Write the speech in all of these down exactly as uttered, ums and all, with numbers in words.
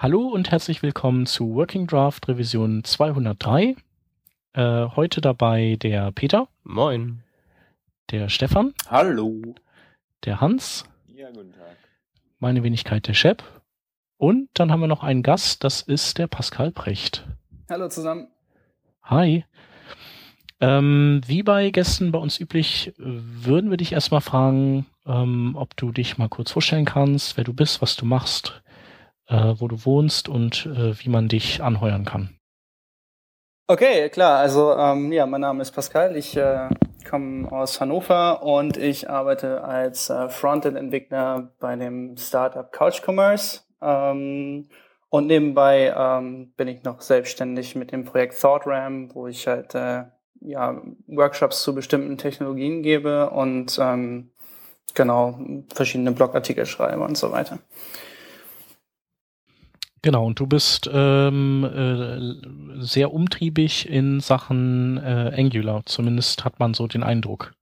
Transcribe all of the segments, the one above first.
Hallo und herzlich willkommen zu Working Draft Revision zweihundertdrei. Äh, heute dabei der Peter. Moin. Der Stefan. Hallo. Der Hans. Ja, guten Tag. Meine Wenigkeit der Shep. Und dann haben wir noch einen Gast, das ist der Pascal Precht. Hallo zusammen. Hi. Ähm, wie bei Gästen bei uns üblich, würden wir dich erstmal fragen, ähm, ob du dich mal kurz vorstellen kannst, wer du bist, was du machst, äh, wo du wohnst und äh, wie man dich anheuern kann. Okay, klar. Also ähm, ja, mein Name ist Pascal. Ich äh, komme aus Hannover und ich arbeite als äh, Frontend-Entwickler bei dem Startup Couch Commerce. Ähm, und nebenbei ähm, bin ich noch selbstständig mit dem Projekt ThoughtRam, wo ich halt äh, ja Workshops zu bestimmten Technologien gebe und ähm, genau verschiedene Blogartikel schreibe und so weiter. Genau, und du bist ähm, äh, sehr umtriebig in Sachen äh, Angular. Zumindest hat man so den Eindruck,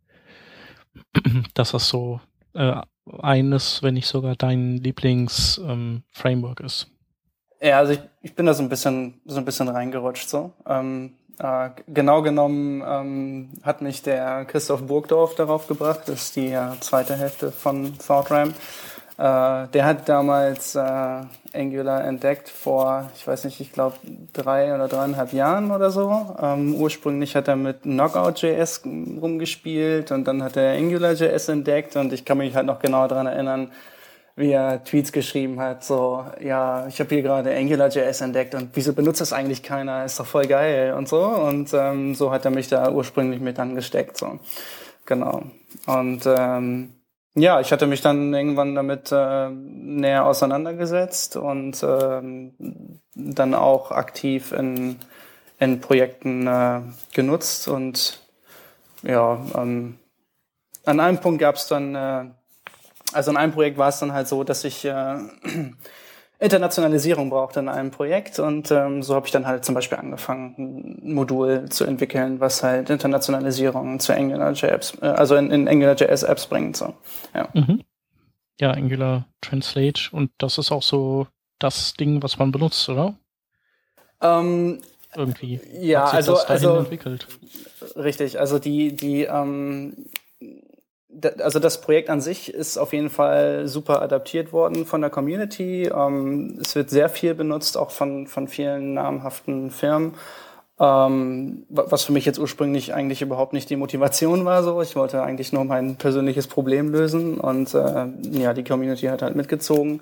dass das so äh, eines, wenn nicht sogar dein Lieblings-Framework ähm, ist. Ja, also ich, ich bin da so ein bisschen so ein bisschen reingerutscht so. Ähm, äh, genau genommen ähm, hat mich der Christoph Burgdorf darauf gebracht. Das ist die äh, zweite Hälfte von ThoughtRam. Äh, der hat damals äh, Angular entdeckt vor, ich weiß nicht, ich glaube drei oder dreieinhalb Jahren oder so. Ähm, ursprünglich hat er mit Knockout.js rumgespielt und dann hat er AngularJS entdeckt und ich kann mich halt noch genau daran erinnern, wie er Tweets geschrieben hat, so, ja, ich habe hier gerade AngularJS entdeckt und wieso benutzt das eigentlich keiner, ist doch voll geil und so. Und ähm, so hat er mich da ursprünglich mit angesteckt, so. Genau. Und ähm, ja, ich hatte mich dann irgendwann damit äh, näher auseinandergesetzt und ähm, dann auch aktiv in, in Projekten äh, genutzt. Und ja, ähm, an einem Punkt gab es dann... Äh, Also in einem Projekt war es dann halt so, dass ich äh, Internationalisierung brauchte in einem Projekt und ähm, so habe ich dann halt zum Beispiel angefangen, ein Modul zu entwickeln, was halt Internationalisierung zu AngularJS, äh, also in, in AngularJS-Apps bringt. So. Ja. Mhm. Ja, Angular Translate und das ist auch so das Ding, was man benutzt, oder? Ähm, Irgendwie ja, hat sich also, das dahin also entwickelt. Richtig, also die, die ähm, Also das Projekt an sich ist auf jeden Fall super adaptiert worden von der Community. Ähm, es wird sehr viel benutzt, auch von, von vielen namhaften Firmen. Ähm, was für mich jetzt ursprünglich eigentlich überhaupt nicht die Motivation war. So, ich wollte eigentlich nur mein persönliches Problem lösen und äh, ja, die Community hat halt mitgezogen.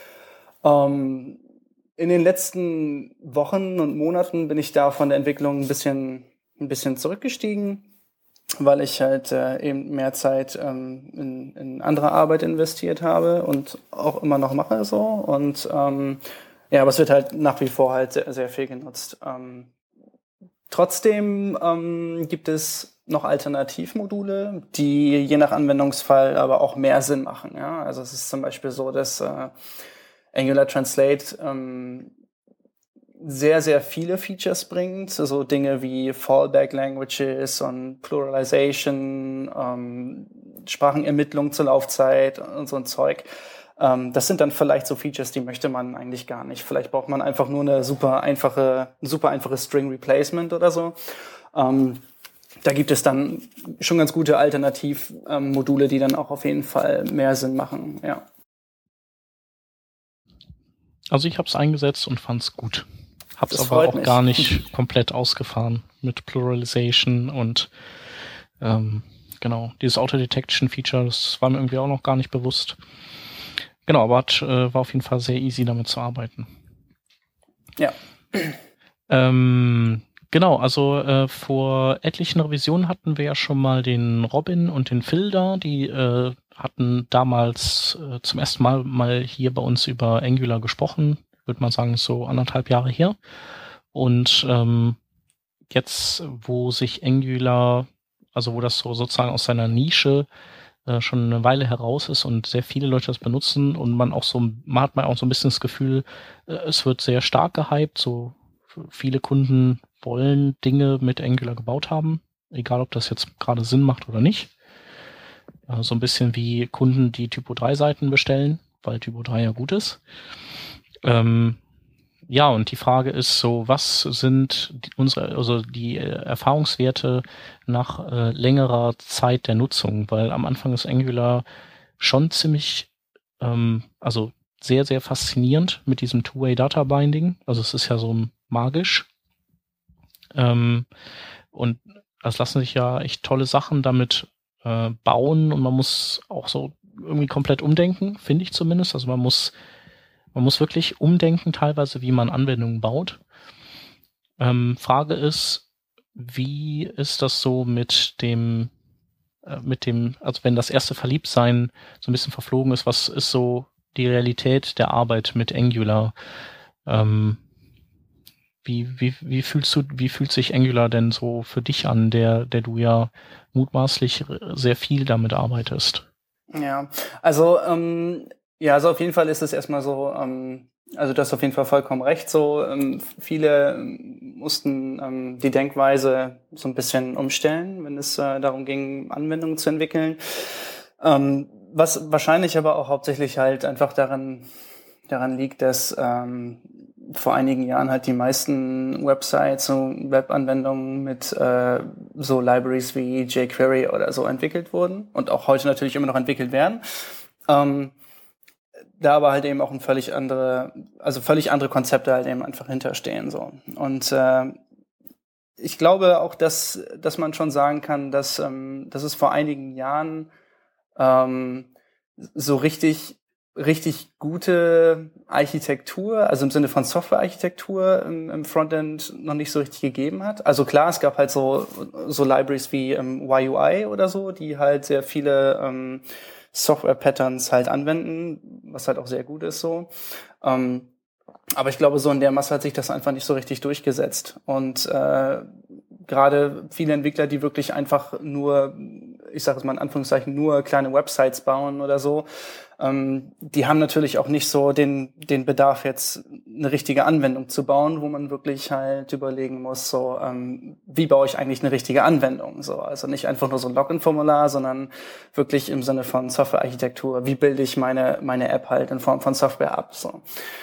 Ähm, in den letzten Wochen und Monaten bin ich da von der Entwicklung ein bisschen, ein bisschen zurückgestiegen, weil ich halt äh, eben mehr Zeit ähm, in, in andere Arbeit investiert habe und auch immer noch mache so. Und ähm, ja, aber es wird halt nach wie vor halt sehr, sehr viel genutzt. Ähm, trotzdem ähm, gibt es noch Alternativmodule, die je nach Anwendungsfall aber auch mehr Sinn machen. Ja? Also es ist zum Beispiel so, dass äh, Angular Translate ähm, sehr, sehr viele Features bringt, so also Dinge wie Fallback Languages und Pluralization, ähm, Sprachenermittlung zur Laufzeit und so ein Zeug. Ähm, das sind dann vielleicht so Features, die möchte man eigentlich gar nicht. Vielleicht braucht man einfach nur eine super einfache, super einfache String Replacement oder so. Ähm, da gibt es dann schon ganz gute Alternativmodule, die dann auch auf jeden Fall mehr Sinn machen, ja. Also ich habe es eingesetzt und fand es gut. Hab's Das aber freut auch mich. gar nicht komplett ausgefahren mit Pluralization und ähm, genau, dieses Auto-Detection-Feature, das war mir irgendwie auch noch gar nicht bewusst. Genau, aber hat, äh, war auf jeden Fall sehr easy damit zu arbeiten. Ja. Ähm, genau, also äh, vor etlichen Revisionen hatten wir ja schon mal den Robin und den Phil da, die äh, hatten damals äh, zum ersten Mal mal hier bei uns über Angular gesprochen, würde man sagen, so anderthalb Jahre her. Und ähm, jetzt, wo sich Angular, also wo das so sozusagen aus seiner Nische äh, schon eine Weile heraus ist und sehr viele Leute das benutzen und man auch so, man hat man auch so ein bisschen das Gefühl, äh, es wird sehr stark gehypt, so viele Kunden wollen Dinge mit Angular gebaut haben, egal ob das jetzt gerade Sinn macht oder nicht. Äh, so ein bisschen wie Kunden, die Typo drei Seiten bestellen, weil Typo drei ja gut ist. Ähm, ja, und die Frage ist so, was sind die, unsere, also die äh, Erfahrungswerte nach äh, längerer Zeit der Nutzung? Weil am Anfang ist Angular schon ziemlich, ähm, also sehr, sehr faszinierend mit diesem Two-Way Data Binding. Also es ist ja so magisch. Ähm, und es lassen sich ja echt tolle Sachen damit äh, bauen und man muss auch so irgendwie komplett umdenken, finde ich zumindest. Also man muss Man muss wirklich umdenken, teilweise, wie man Anwendungen baut. Ähm, Frage ist, wie ist das so mit dem, äh, mit dem, also wenn das erste Verliebtsein so ein bisschen verflogen ist, was ist so die Realität der Arbeit mit Angular? Ähm, wie, wie, wie fühlst du, wie fühlt sich Angular denn so für dich an, der, der du ja mutmaßlich sehr viel damit arbeitest? Ja, also ähm, ja, also auf jeden Fall ist es erstmal so, ähm, also du hast auf jeden Fall vollkommen recht, so ähm, viele ähm, mussten ähm, die Denkweise so ein bisschen umstellen, wenn es äh, darum ging, Anwendungen zu entwickeln. Ähm, was wahrscheinlich aber auch hauptsächlich halt einfach daran, daran liegt, dass ähm, vor einigen Jahren halt die meisten Websites und Webanwendungen mit äh, so Libraries wie jQuery oder so entwickelt wurden und auch heute natürlich immer noch entwickelt werden. Ähm, da aber halt eben auch ein völlig andere, also völlig andere Konzepte halt eben einfach hinterstehen, so. Und äh, ich glaube auch, dass, dass man schon sagen kann, dass, ähm, dass es vor einigen Jahren ähm, so richtig richtig gute Architektur, also im Sinne von Softwarearchitektur im, im Frontend noch nicht so richtig gegeben hat. Also klar, es gab halt so so Libraries wie ähm, Y U I oder so, die halt sehr viele ähm, Software-Patterns halt anwenden, was halt auch sehr gut ist so. Ähm, aber ich glaube, so in der Masse hat sich das einfach nicht so richtig durchgesetzt. Und äh, gerade viele Entwickler, die wirklich einfach nur, ich sage es mal in Anführungszeichen, nur kleine Websites bauen oder so, ähm, die haben natürlich auch nicht so den den Bedarf, jetzt eine richtige Anwendung zu bauen, wo man wirklich halt überlegen muss, so ähm, wie baue ich eigentlich eine richtige Anwendung? So, also nicht einfach nur so ein Login-Formular, sondern wirklich im Sinne von Softwarearchitektur. Wie bilde ich meine meine App halt in Form von Software ab? So.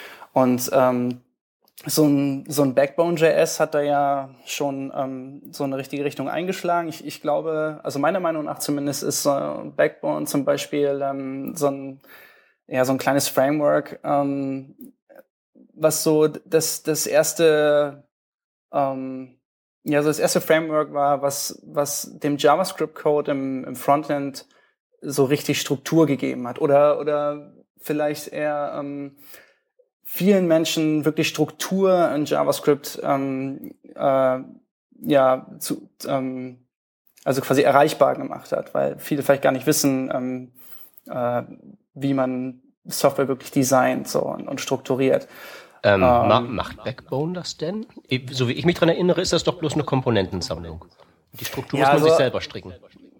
Und ähm, so ein, so ein Backbone.J S hat da ja schon ähm, so eine richtige Richtung eingeschlagen. Ich, ich glaube, also meiner Meinung nach zumindest ist äh, Backbone zum Beispiel ähm, so ein ja so ein kleines Framework, ähm, was so das das erste ähm, ja so das erste Framework war, was was dem JavaScript-Code im, im Frontend so richtig Struktur gegeben hat oder oder vielleicht eher ähm, vielen Menschen wirklich Struktur in JavaScript ähm, äh, ja zu, ähm, also quasi erreichbar gemacht hat, weil viele vielleicht gar nicht wissen, ähm, äh, wie man Software wirklich designt so und, und strukturiert. Ähm, ähm, macht Backbone das denn? So wie ich mich dran erinnere, ist das doch bloß eine Komponentensammlung. Die Struktur ja, muss man also, sich selber stricken.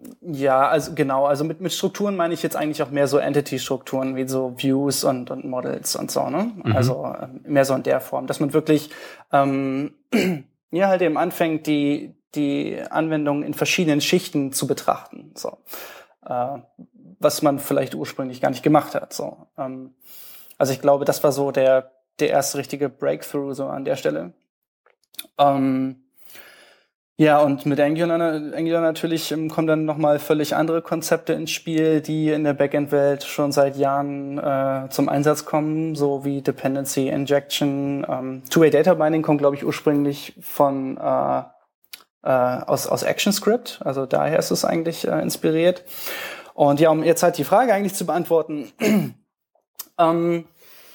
Ja, also genau, also mit, mit Strukturen meine ich jetzt eigentlich auch mehr so Entity-Strukturen wie so Views und, und Models und so, ne? Mhm. Also äh, mehr so in der Form, dass man wirklich ähm, ja halt eben anfängt, die die Anwendung in verschiedenen Schichten zu betrachten, so äh, was man vielleicht ursprünglich gar nicht gemacht hat, so. Ähm, also ich glaube, das war so der der erste richtige Breakthrough so an der Stelle. Ähm, Ja, und mit Angular, Angular natürlich ähm, kommen dann nochmal völlig andere Konzepte ins Spiel, die in der Backend-Welt schon seit Jahren äh, zum Einsatz kommen, so wie Dependency Injection. Ähm, Two-Way Data Binding kommt, glaube ich, ursprünglich von äh, äh, aus, aus ActionScript, also daher ist es eigentlich äh, inspiriert. Und ja, um jetzt halt die Frage eigentlich zu beantworten, ähm,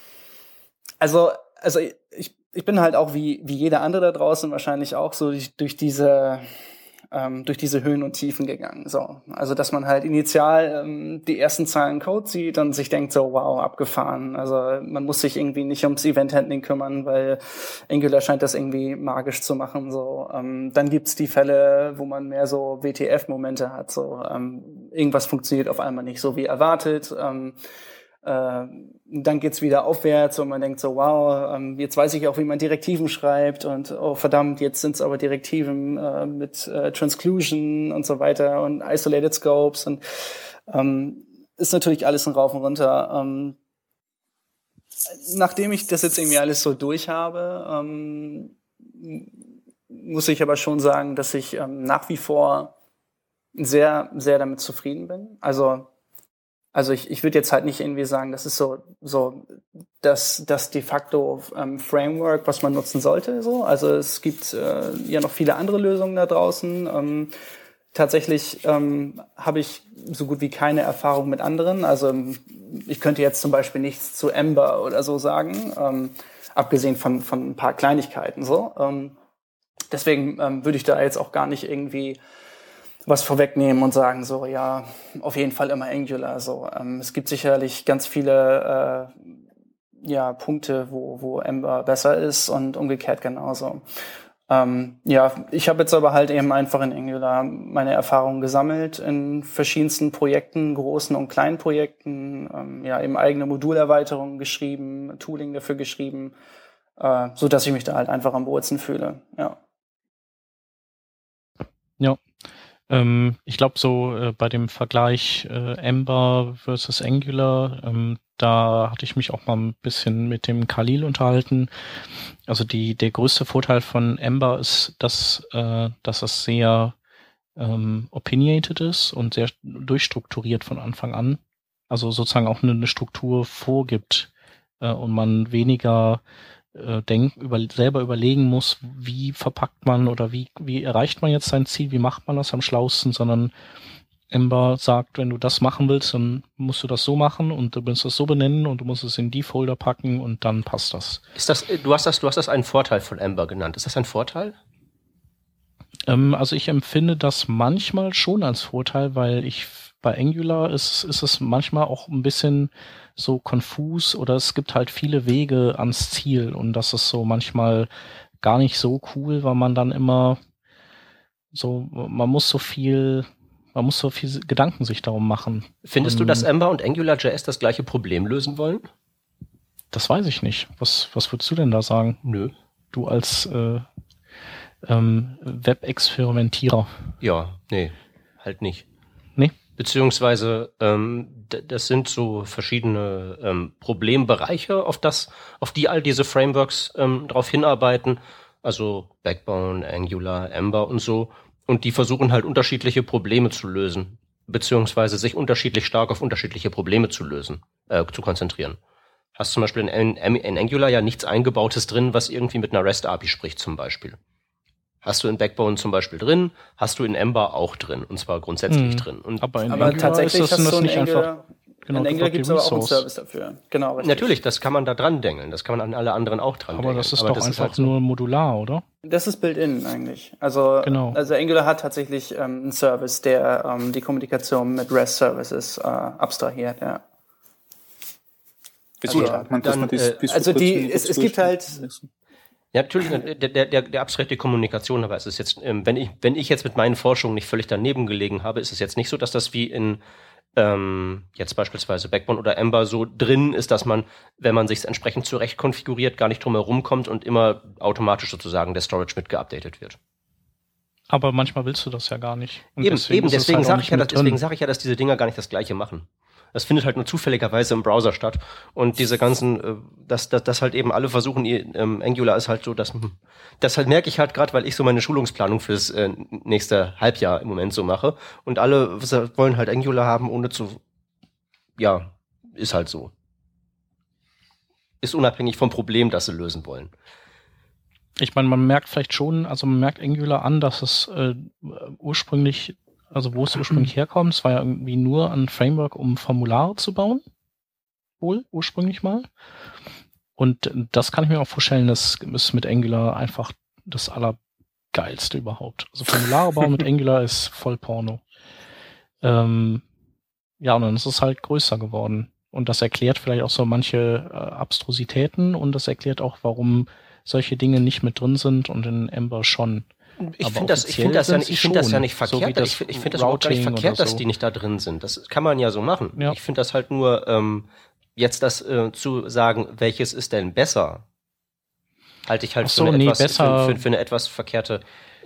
also, also ich Ich bin halt auch wie wie jeder andere da draußen wahrscheinlich auch so durch, durch diese ähm, durch diese Höhen und Tiefen gegangen. So, also dass man halt initial ähm, die ersten Zeilen Code sieht und sich denkt so, wow, abgefahren. Also man muss sich irgendwie nicht ums Event-Handling kümmern, weil Angular scheint das irgendwie magisch zu machen. So, ähm, dann gibt's die Fälle, wo man mehr so W T F-Momente hat. So, ähm, irgendwas funktioniert auf einmal nicht so wie erwartet. Ähm, Äh, dann geht's wieder aufwärts und man denkt so, wow, ähm, jetzt weiß ich auch, wie man Direktiven schreibt und oh verdammt, jetzt sind's aber Direktiven äh, mit äh, Transclusion und so weiter und Isolated Scopes und ähm, ist natürlich alles ein Rauf und runter. Ähm, nachdem ich das jetzt irgendwie alles so durch habe, ähm, muss ich aber schon sagen, dass ich ähm, nach wie vor sehr, sehr damit zufrieden bin. Also, also ich, ich würde jetzt halt nicht irgendwie sagen, das ist so, so das, das de facto ähm, Framework, was man nutzen sollte. So. Also es gibt äh, ja noch viele andere Lösungen da draußen. Ähm, tatsächlich ähm, habe ich so gut wie keine Erfahrung mit anderen. Also ich könnte jetzt zum Beispiel nichts zu Ember oder so sagen, ähm, abgesehen von, von ein paar Kleinigkeiten. So. Ähm, deswegen ähm, würde ich da jetzt auch gar nicht irgendwie was vorwegnehmen und sagen, so, ja, auf jeden Fall immer Angular. So, ähm, es gibt sicherlich ganz viele äh, ja, Punkte, wo, wo Ember besser ist und umgekehrt genauso. Ähm, ja, ich habe jetzt aber halt eben einfach in Angular meine Erfahrungen gesammelt in verschiedensten Projekten, großen und kleinen Projekten, ähm, ja, eben eigene Modulerweiterungen geschrieben, Tooling dafür geschrieben, äh, so dass ich mich da halt einfach am wohlsten fühle, ja. Ja. Ähm, ich glaube so äh, bei dem Vergleich äh, Ember versus Angular, ähm, da hatte ich mich auch mal ein bisschen mit dem Khalil unterhalten. Also die der größte Vorteil von Ember ist, dass äh, dass es sehr ähm, opinionated ist und sehr durchstrukturiert von Anfang an. Also sozusagen auch eine, eine Struktur vorgibt äh, und man weniger äh, denk, über, selber überlegen muss, wie verpackt man oder wie, wie erreicht man jetzt sein Ziel, wie macht man das am schlausten, sondern Ember sagt, wenn du das machen willst, dann musst du das so machen und du musst das so benennen und du musst es in die Folder packen und dann passt das. Ist das, du hast das, du hast das einen Vorteil von Ember genannt. Ist das ein Vorteil? Ähm, also ich empfinde das manchmal schon als Vorteil, weil ich bei Angular ist, ist es manchmal auch ein bisschen so konfus oder es gibt halt viele Wege ans Ziel und das ist so manchmal gar nicht so cool, weil man dann immer so, man muss so viel, man muss so viel Gedanken sich darum machen. Findest und, du, dass Ember und AngularJS das gleiche Problem lösen wollen? Das weiß ich nicht. Was, was würdest du denn da sagen? Nö. Du als äh, ähm, Web-Experimentierer. Ja, nee, halt nicht. Nee? Beziehungsweise ähm, d- das sind so verschiedene ähm, Problembereiche, auf das, auf die all diese Frameworks ähm, drauf hinarbeiten. Also Backbone, Angular, Ember und so. Und die versuchen halt unterschiedliche Probleme zu lösen, beziehungsweise sich unterschiedlich stark auf unterschiedliche Probleme zu lösen, äh, zu konzentrieren. Hast zum Beispiel in, in, in Angular ja nichts Eingebautes drin, was irgendwie mit einer REST-A P I spricht zum Beispiel. Hast du in Backbone zum Beispiel drin, hast du in Ember auch drin, und zwar grundsätzlich hm. drin. Und aber in aber Angular tatsächlich ist das, hast du nicht Angular, einfach... Genau, in Angular gibt es aber auch einen Service dafür. Genau, richtig. Natürlich, das kann man da dran dengeln. Das kann man an alle anderen auch dran dengeln. Aber das ist aber doch das einfach ist halt so. nur modular, oder? Das ist Built-in eigentlich. Also, genau. also Angular hat tatsächlich ähm, einen Service, der ähm, die Kommunikation mit REST-Services äh, abstrahiert, ja. Also, also, man, dann, man äh, also die, es, es gibt halt... Ja, natürlich, der, der, der, der abstrakte Kommunikation, aber es ist jetzt, ähm, wenn ich, wenn ich jetzt mit meinen Forschungen nicht völlig daneben gelegen habe, ist es jetzt nicht so, dass das wie in ähm, jetzt beispielsweise Backbone oder Ember so drin ist, dass man, wenn man sich entsprechend zurecht konfiguriert, gar nicht drum herum kommt und immer automatisch sozusagen der Storage mit geupdatet wird. Aber manchmal willst du das ja gar nicht. Und eben, deswegen, eben, deswegen halt sage ich, ja, deswegen sag ich ja, dass diese Dinger gar nicht das Gleiche machen. Das findet halt nur zufälligerweise im Browser statt. Und diese ganzen, äh, dass das, das halt eben alle versuchen, ähm, Angular ist halt so, dass das halt merke ich halt gerade, weil ich so meine Schulungsplanung fürs äh, nächste Halbjahr im Moment so mache. Und alle wollen halt Angular haben, ohne zu, ja, ist halt so. Ist unabhängig vom Problem, das sie lösen wollen. Ich meine, man merkt vielleicht schon, also man merkt Angular an, dass es äh, ursprünglich Also wo es ursprünglich herkommt, es war ja irgendwie nur ein Framework, um Formulare zu bauen. Wohl, ursprünglich mal. Und das kann ich mir auch vorstellen, das ist mit Angular einfach das Allergeilste überhaupt. Also Formulare bauen mit Angular ist voll Porno. Ähm, ja, und dann ist es halt größer geworden. Und das erklärt vielleicht auch so manche äh, Abstrusitäten und das erklärt auch, warum solche Dinge nicht mit drin sind und in Ember schon. Ich finde das, ich finde das ja nicht, ich finde das ja nicht verkehrt. So ich ich finde das überhaupt gar nicht verkehrt, so. Dass die nicht da drin sind. Das kann man ja so machen. Ja. Ich finde das halt nur, ähm, jetzt das äh, zu sagen, welches ist denn besser, halte ich halt so, für, eine nee, etwas, besser. Für, für, für eine etwas verkehrte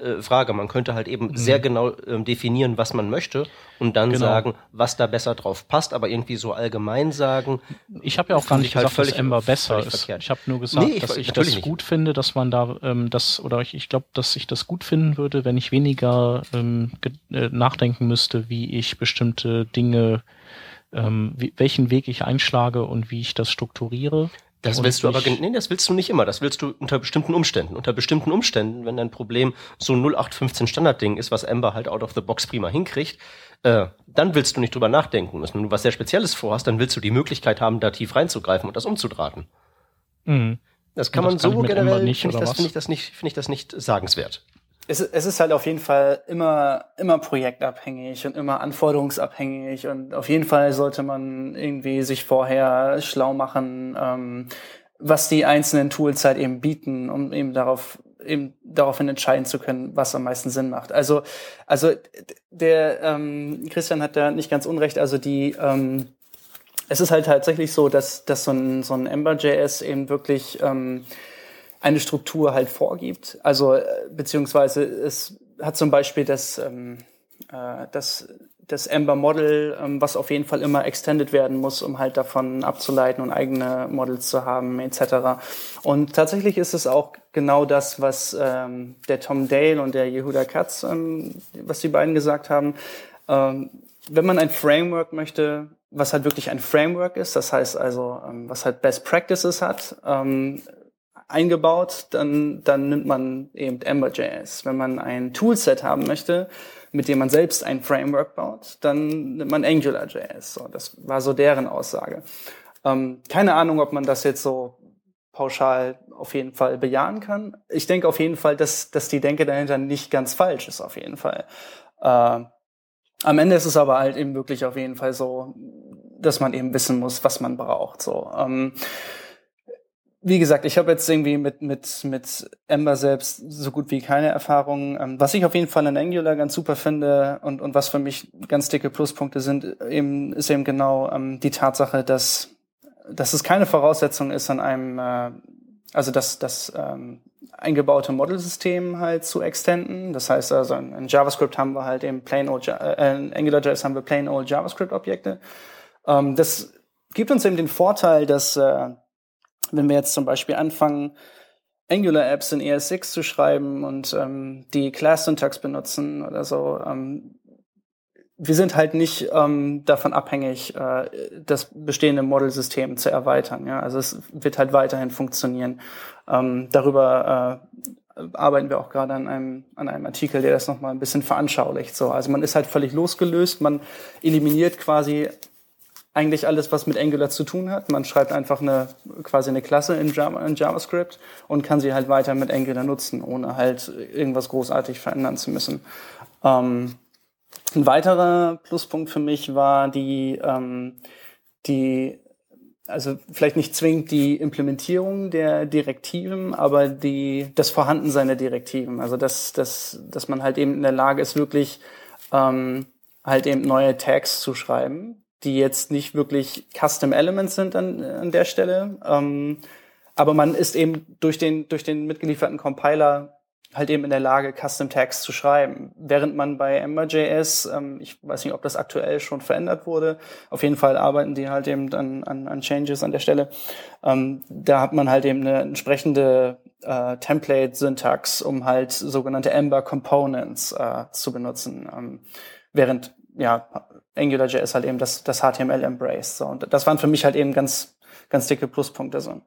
äh, Frage. Man könnte halt eben mhm. sehr genau ähm, definieren, was man möchte und dann genau. sagen, was da besser drauf passt, aber irgendwie so allgemein sagen. Ich habe ja auch gar nicht gesagt, halt dass Ember besser ist. Verkehrt. Ich habe nur gesagt, nee, ich, dass ich das nicht. gut finde, dass man da ähm, das, oder ich, ich glaube, dass ich das gut finden würde, wenn ich weniger ähm, ge- äh, nachdenken müsste, wie ich bestimmte Dinge, ähm, wie, welchen Weg ich einschlage und wie ich das strukturiere. Das und willst du aber, nee, das willst du nicht immer. Das willst du unter bestimmten Umständen. Unter bestimmten Umständen, wenn dein Problem so ein null acht fünfzehn Standardding ist, was Ember halt out of the box prima hinkriegt, äh, dann willst du nicht drüber nachdenken müssen. Wenn du was sehr Spezielles vorhast, dann willst du die Möglichkeit haben, da tief reinzugreifen und das umzudrahten. Mhm. Das kann und das man kann so generell, nicht, finde ich, das, find ich das nicht, finde ich das nicht sagenswert. Es, es ist halt auf jeden Fall immer, immer projektabhängig und immer anforderungsabhängig und auf jeden Fall sollte man irgendwie sich vorher schlau machen, ähm, was die einzelnen Tools halt eben bieten, um eben darauf, eben daraufhin entscheiden zu können, was am meisten Sinn macht. Also, also, der, ähm, Christian hat da nicht ganz unrecht, also die, ähm, es ist halt tatsächlich so, dass, dass so ein, so ein Ember.js eben wirklich, ähm, eine Struktur halt vorgibt. Also beziehungsweise es hat zum Beispiel das, ähm, äh, das, das Ember Model, ähm, was auf jeden Fall immer extended werden muss, um halt davon abzuleiten und eigene Models zu haben et cetera. Und tatsächlich ist es auch genau das, was ähm, der Tom Dale und der Yehuda Katz, ähm, was die beiden gesagt haben. Ähm, wenn man ein Framework möchte, was halt wirklich ein Framework ist, das heißt also, ähm, was halt Best Practices hat, ähm, eingebaut, dann, dann nimmt man eben Ember.js. Wenn man ein Toolset haben möchte, mit dem man selbst ein Framework baut, dann nimmt man Angular.js. So, das war so deren Aussage. Ähm, keine Ahnung, ob man das jetzt so pauschal auf jeden Fall bejahen kann. Ich denke auf jeden Fall, dass, dass die Denke dahinter nicht ganz falsch ist, auf jeden Fall. Äh, am Ende ist es aber halt eben wirklich auf jeden Fall so, dass man eben wissen muss, was man braucht. So, ähm, Wie gesagt, ich habe jetzt irgendwie mit mit mit Ember selbst so gut wie keine Erfahrung. Ähm, was ich auf jeden Fall in Angular ganz super finde und und was für mich ganz dicke Pluspunkte sind, eben ist eben genau ähm, die Tatsache, dass dass es keine Voraussetzung ist, an einem äh, also das das ähm, eingebaute Modelsystem halt zu extenden. Das heißt also in, in JavaScript haben wir halt eben plain old äh, in AngularJS haben wir plain old JavaScript Objekte. Ähm, das gibt uns eben den Vorteil, dass äh, wenn wir jetzt zum Beispiel anfangen, Angular-Apps in E S sechs zu schreiben und ähm, die Class-Syntax benutzen oder so, ähm, wir sind halt nicht ähm, davon abhängig, äh, das bestehende Modelsystem zu erweitern. Ja? Also es wird halt weiterhin funktionieren. Ähm, darüber äh, arbeiten wir auch gerade an einem, an einem Artikel, der das nochmal ein bisschen veranschaulicht. So, also man ist halt völlig losgelöst, man eliminiert quasi eigentlich alles, was mit Angular zu tun hat. Man schreibt einfach eine quasi eine Klasse in, Java, in JavaScript und kann sie halt weiter mit Angular nutzen, ohne halt irgendwas großartig verändern zu müssen. Ähm, ein weiterer Pluspunkt für mich war die, ähm, die, also vielleicht nicht zwingend die Implementierung der Direktiven, aber die, das Vorhandensein der Direktiven. Also dass, dass, dass man halt eben in der Lage ist, wirklich ähm, halt eben neue Tags zu schreiben, die jetzt nicht wirklich Custom Elements sind an, an der Stelle. Ähm, aber man ist eben durch den, durch den mitgelieferten Compiler halt eben in der Lage, Custom Tags zu schreiben. Während man bei Ember.js, ähm, ich weiß nicht, ob das aktuell schon verändert wurde, auf jeden Fall arbeiten die halt eben an, an, an Changes an der Stelle. Ähm, da hat man halt eben eine entsprechende äh, Template-Syntax, um halt sogenannte Ember Components äh, zu benutzen. Ähm, während, ja, AngularJS halt eben das, das H T M L embraced. So. Und das waren für mich halt eben ganz, ganz dicke Pluspunkte. So.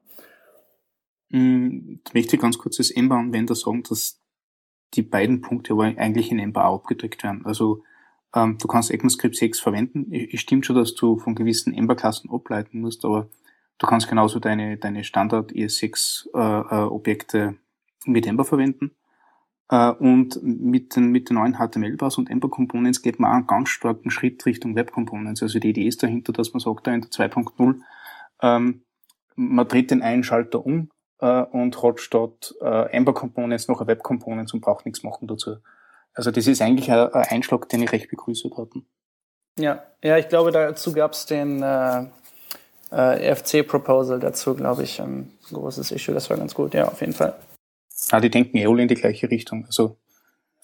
Ich möchte ganz kurz als Ember-Anwender sagen, dass die beiden Punkte aber eigentlich in Ember auch abgedrückt werden. Also ähm, du kannst ECMAScript sechs verwenden. Es stimmt schon, dass du von gewissen Ember-Klassen ableiten musst, aber du kannst genauso deine deine Standard-E S sechs äh, äh, Objekte mit Ember verwenden. Uh, und mit den, mit den neuen H T M L-Bars und Ember Components geht man auch einen ganz starken Schritt Richtung Web Components. Also die Idee ist dahinter, dass man sagt, da in der zwei Punkt null, ähm, man dreht den einen Schalter um äh, und hat statt äh, Ember Components noch ein Web Components und braucht nichts machen dazu. Also das ist eigentlich ein, ein Einschlag, den ich recht begrüßt hatten. Ja, ja, ich glaube, dazu gab es den äh, äh, E F C-Proposal dazu, glaube ich, ein großes Issue. Das war ganz gut, ja, auf jeden Fall. Ah, die denken eh alle in die gleiche Richtung. Also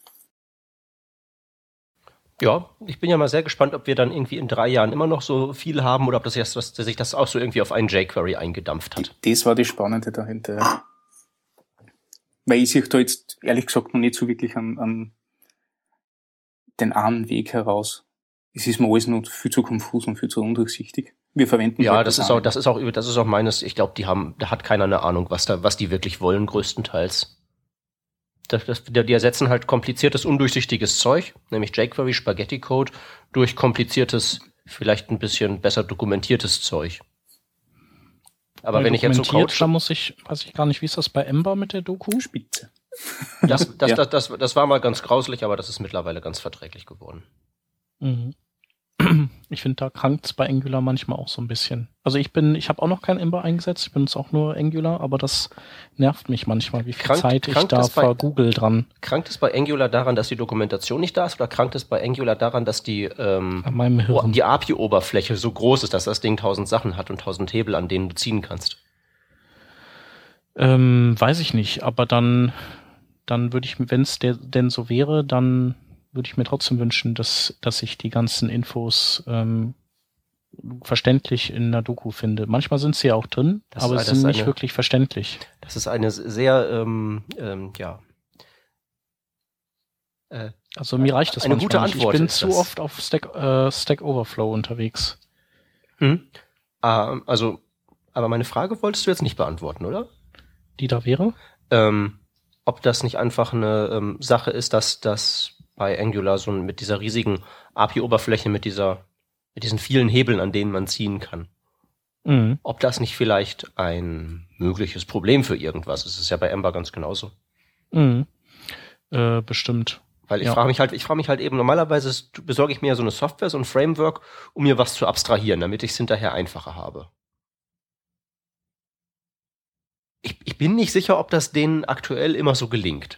Ja, ich bin ja mal sehr gespannt, ob wir dann irgendwie in drei Jahren immer noch so viel haben oder ob das jetzt, dass sich das auch so irgendwie auf einen jQuery eingedampft hat. Das war das Spannende dahinter. Weil ich sehe da jetzt ehrlich gesagt noch nicht so wirklich an, an den einen Weg heraus. Es ist mir alles noch viel zu konfus und viel zu undurchsichtig. Wir verwenden ja, das ist auch, das ist auch, das ist auch meines. Ich glaube, die haben, da hat keiner eine Ahnung, was da, was die wirklich wollen, größtenteils. Das, das, die ersetzen halt kompliziertes, undurchsichtiges Zeug, nämlich jQuery, Spaghetti-Code, durch kompliziertes, vielleicht ein bisschen besser dokumentiertes Zeug. Aber Weil wenn ich jetzt so Code, da muss ich, weiß ich gar nicht, wie ist das bei Ember mit der Doku? Spitze. Das, das, ja. das, das, das war mal ganz grauslich, aber das ist mittlerweile ganz verträglich geworden. Mhm. Ich finde, da krankt's bei Angular manchmal auch so ein bisschen. Also ich bin, ich habe auch noch kein Ember eingesetzt, ich benutze auch nur Angular, aber das nervt mich manchmal, wie viel Krankt, Zeit ich da vergoogle dran. Krankt es bei Angular daran, dass die Dokumentation nicht da ist, oder krankt es bei Angular daran, dass die, ähm, An meinem Hirn. die A P I-Oberfläche so groß ist, dass das Ding tausend Sachen hat und tausend Hebel, an denen du ziehen kannst? Ähm, weiß ich nicht, aber dann, dann würde ich, wenn es denn so wäre, dann würde ich mir trotzdem wünschen, dass, dass ich die ganzen Infos ähm, verständlich in der Doku finde. Manchmal sind sie ja auch drin, das aber ist, sie sind nicht eine, wirklich verständlich. Das ist eine sehr, ähm, ähm, ja. Äh, also mir reicht das eine manchmal gute nicht. Antwort. Ich bin zu das. oft auf Stack, äh, Stack Overflow unterwegs. Hm. Ah, also, aber meine Frage wolltest du jetzt nicht beantworten, oder? Die da wäre? Ähm, ob das nicht einfach eine ähm, Sache ist, dass das bei Angular so mit dieser riesigen A P I-Oberfläche, mit dieser, mit diesen vielen Hebeln, an denen man ziehen kann. Mhm. Ob das nicht vielleicht ein mögliches Problem für irgendwas ist. Das ist ja bei Ember ganz genauso. Mhm. Äh, bestimmt. Weil ich ja. frage mich halt, ich frage mich halt eben, normalerweise besorge ich mir ja so eine Software, so ein Framework, um mir was zu abstrahieren, damit ich es hinterher einfacher habe. Ich, ich bin nicht sicher, ob das denen aktuell immer so gelingt.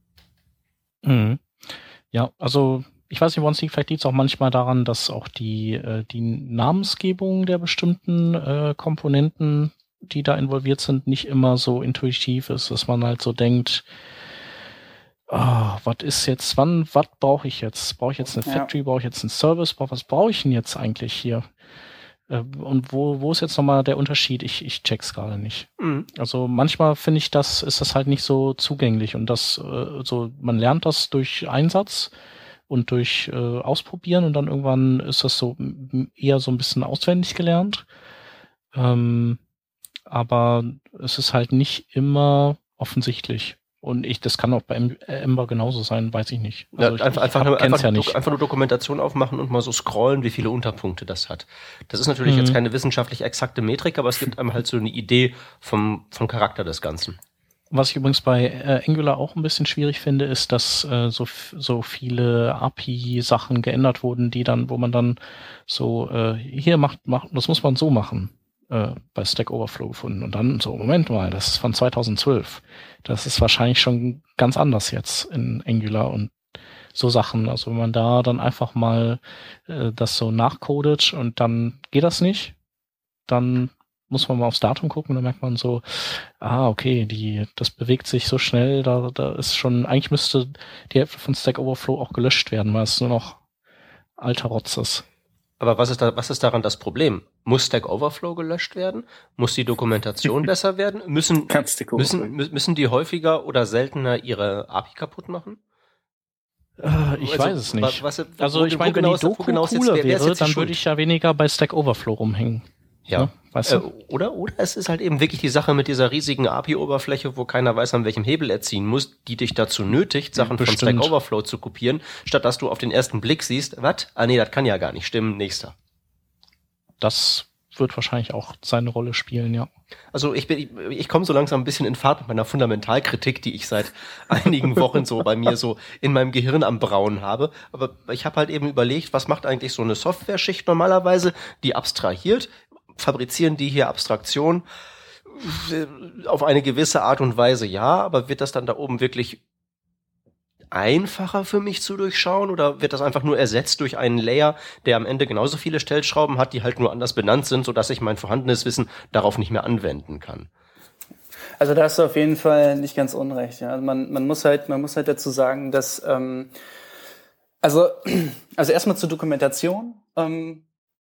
Mhm. Ja, also ich weiß nicht, woran es liegt, vielleicht liegt es auch manchmal daran, dass auch die, äh, die Namensgebung der bestimmten äh, Komponenten, die da involviert sind, nicht immer so intuitiv ist, dass man halt so denkt, oh, was ist jetzt, wann, was brauche ich jetzt? Brauche ich jetzt eine Factory, ja. brauche ich jetzt einen Service, was brauche ich denn jetzt eigentlich hier? Äh, und wo, wo ist jetzt nochmal der Unterschied? Ich, ich check's gerade nicht. Mhm. Also manchmal finde ich, das ist das halt nicht so zugänglich und das, äh, so, man lernt das durch Einsatz und durch äh, Ausprobieren und dann irgendwann ist das so eher so ein bisschen auswendig gelernt. Ähm, aber es ist halt nicht immer offensichtlich. Und ich, das kann auch bei Ember genauso sein, weiß ich nicht. Also ja, einfach, ich, ich einfach, nur, einfach, ja nicht. einfach nur Dokumentation aufmachen und mal so scrollen, wie viele Unterpunkte das hat. Das ist natürlich mhm. jetzt keine wissenschaftlich exakte Metrik, aber es gibt einem halt so eine Idee vom, vom Charakter des Ganzen. Was ich übrigens bei äh, Angular auch ein bisschen schwierig finde, ist, dass äh, so so viele A P I-Sachen geändert wurden, die dann, wo man dann so äh, hier macht, macht, das muss man so machen, äh, bei Stack Overflow gefunden. Und dann so, Moment mal, das ist von zweitausendzwölf. Das ist wahrscheinlich schon ganz anders jetzt in Angular und so Sachen. Also wenn man da dann einfach mal äh, das so nachcodet und dann geht das nicht, dann muss man mal aufs Datum gucken, dann merkt man so, ah, okay, die, das bewegt sich so schnell, da, da ist schon, eigentlich müsste die Hälfte von Stack Overflow auch gelöscht werden, weil es nur noch alter Rotz ist. Aber was ist da, was ist daran das Problem? Muss Stack Overflow gelöscht werden? Muss die Dokumentation besser werden? Müssen, müssen, müssen die häufiger oder seltener ihre A P I kaputt machen? Äh, ich also, weiß es nicht. Was, was, also ich meine, wenn die Doku cooler wäre, wäre dann würde ich ja weniger bei Stack Overflow rumhängen. Ja, ne? Weißt du? äh, oder, oder es ist halt eben wirklich die Sache mit dieser riesigen A P I-Oberfläche, wo keiner weiß, an welchem Hebel er ziehen muss, die dich dazu nötigt, Sachen Bestimmt. von Stack Overflow zu kopieren, statt dass du auf den ersten Blick siehst, was? Ah nee, das kann ja gar nicht stimmen, nächster. Das wird wahrscheinlich auch seine Rolle spielen, ja. Also ich bin, ich, ich komme so langsam ein bisschen in Fahrt mit meiner Fundamentalkritik, die ich seit einigen Wochen so bei mir so in meinem Gehirn am Brauen habe. Aber ich habe halt eben überlegt, was macht eigentlich so eine Software-Schicht normalerweise, die abstrahiert, fabrizieren die hier Abstraktion auf eine gewisse Art und Weise, ja, aber wird das dann da oben wirklich einfacher für mich zu durchschauen oder wird das einfach nur ersetzt durch einen Layer, der am Ende genauso viele Stellschrauben hat, die halt nur anders benannt sind, sodass ich mein vorhandenes Wissen darauf nicht mehr anwenden kann? Also da hast du auf jeden Fall nicht ganz unrecht. Ja. Also man, man muss halt, man muss halt dazu sagen, dass ähm, Also, also erstmal zur Dokumentation. Ähm,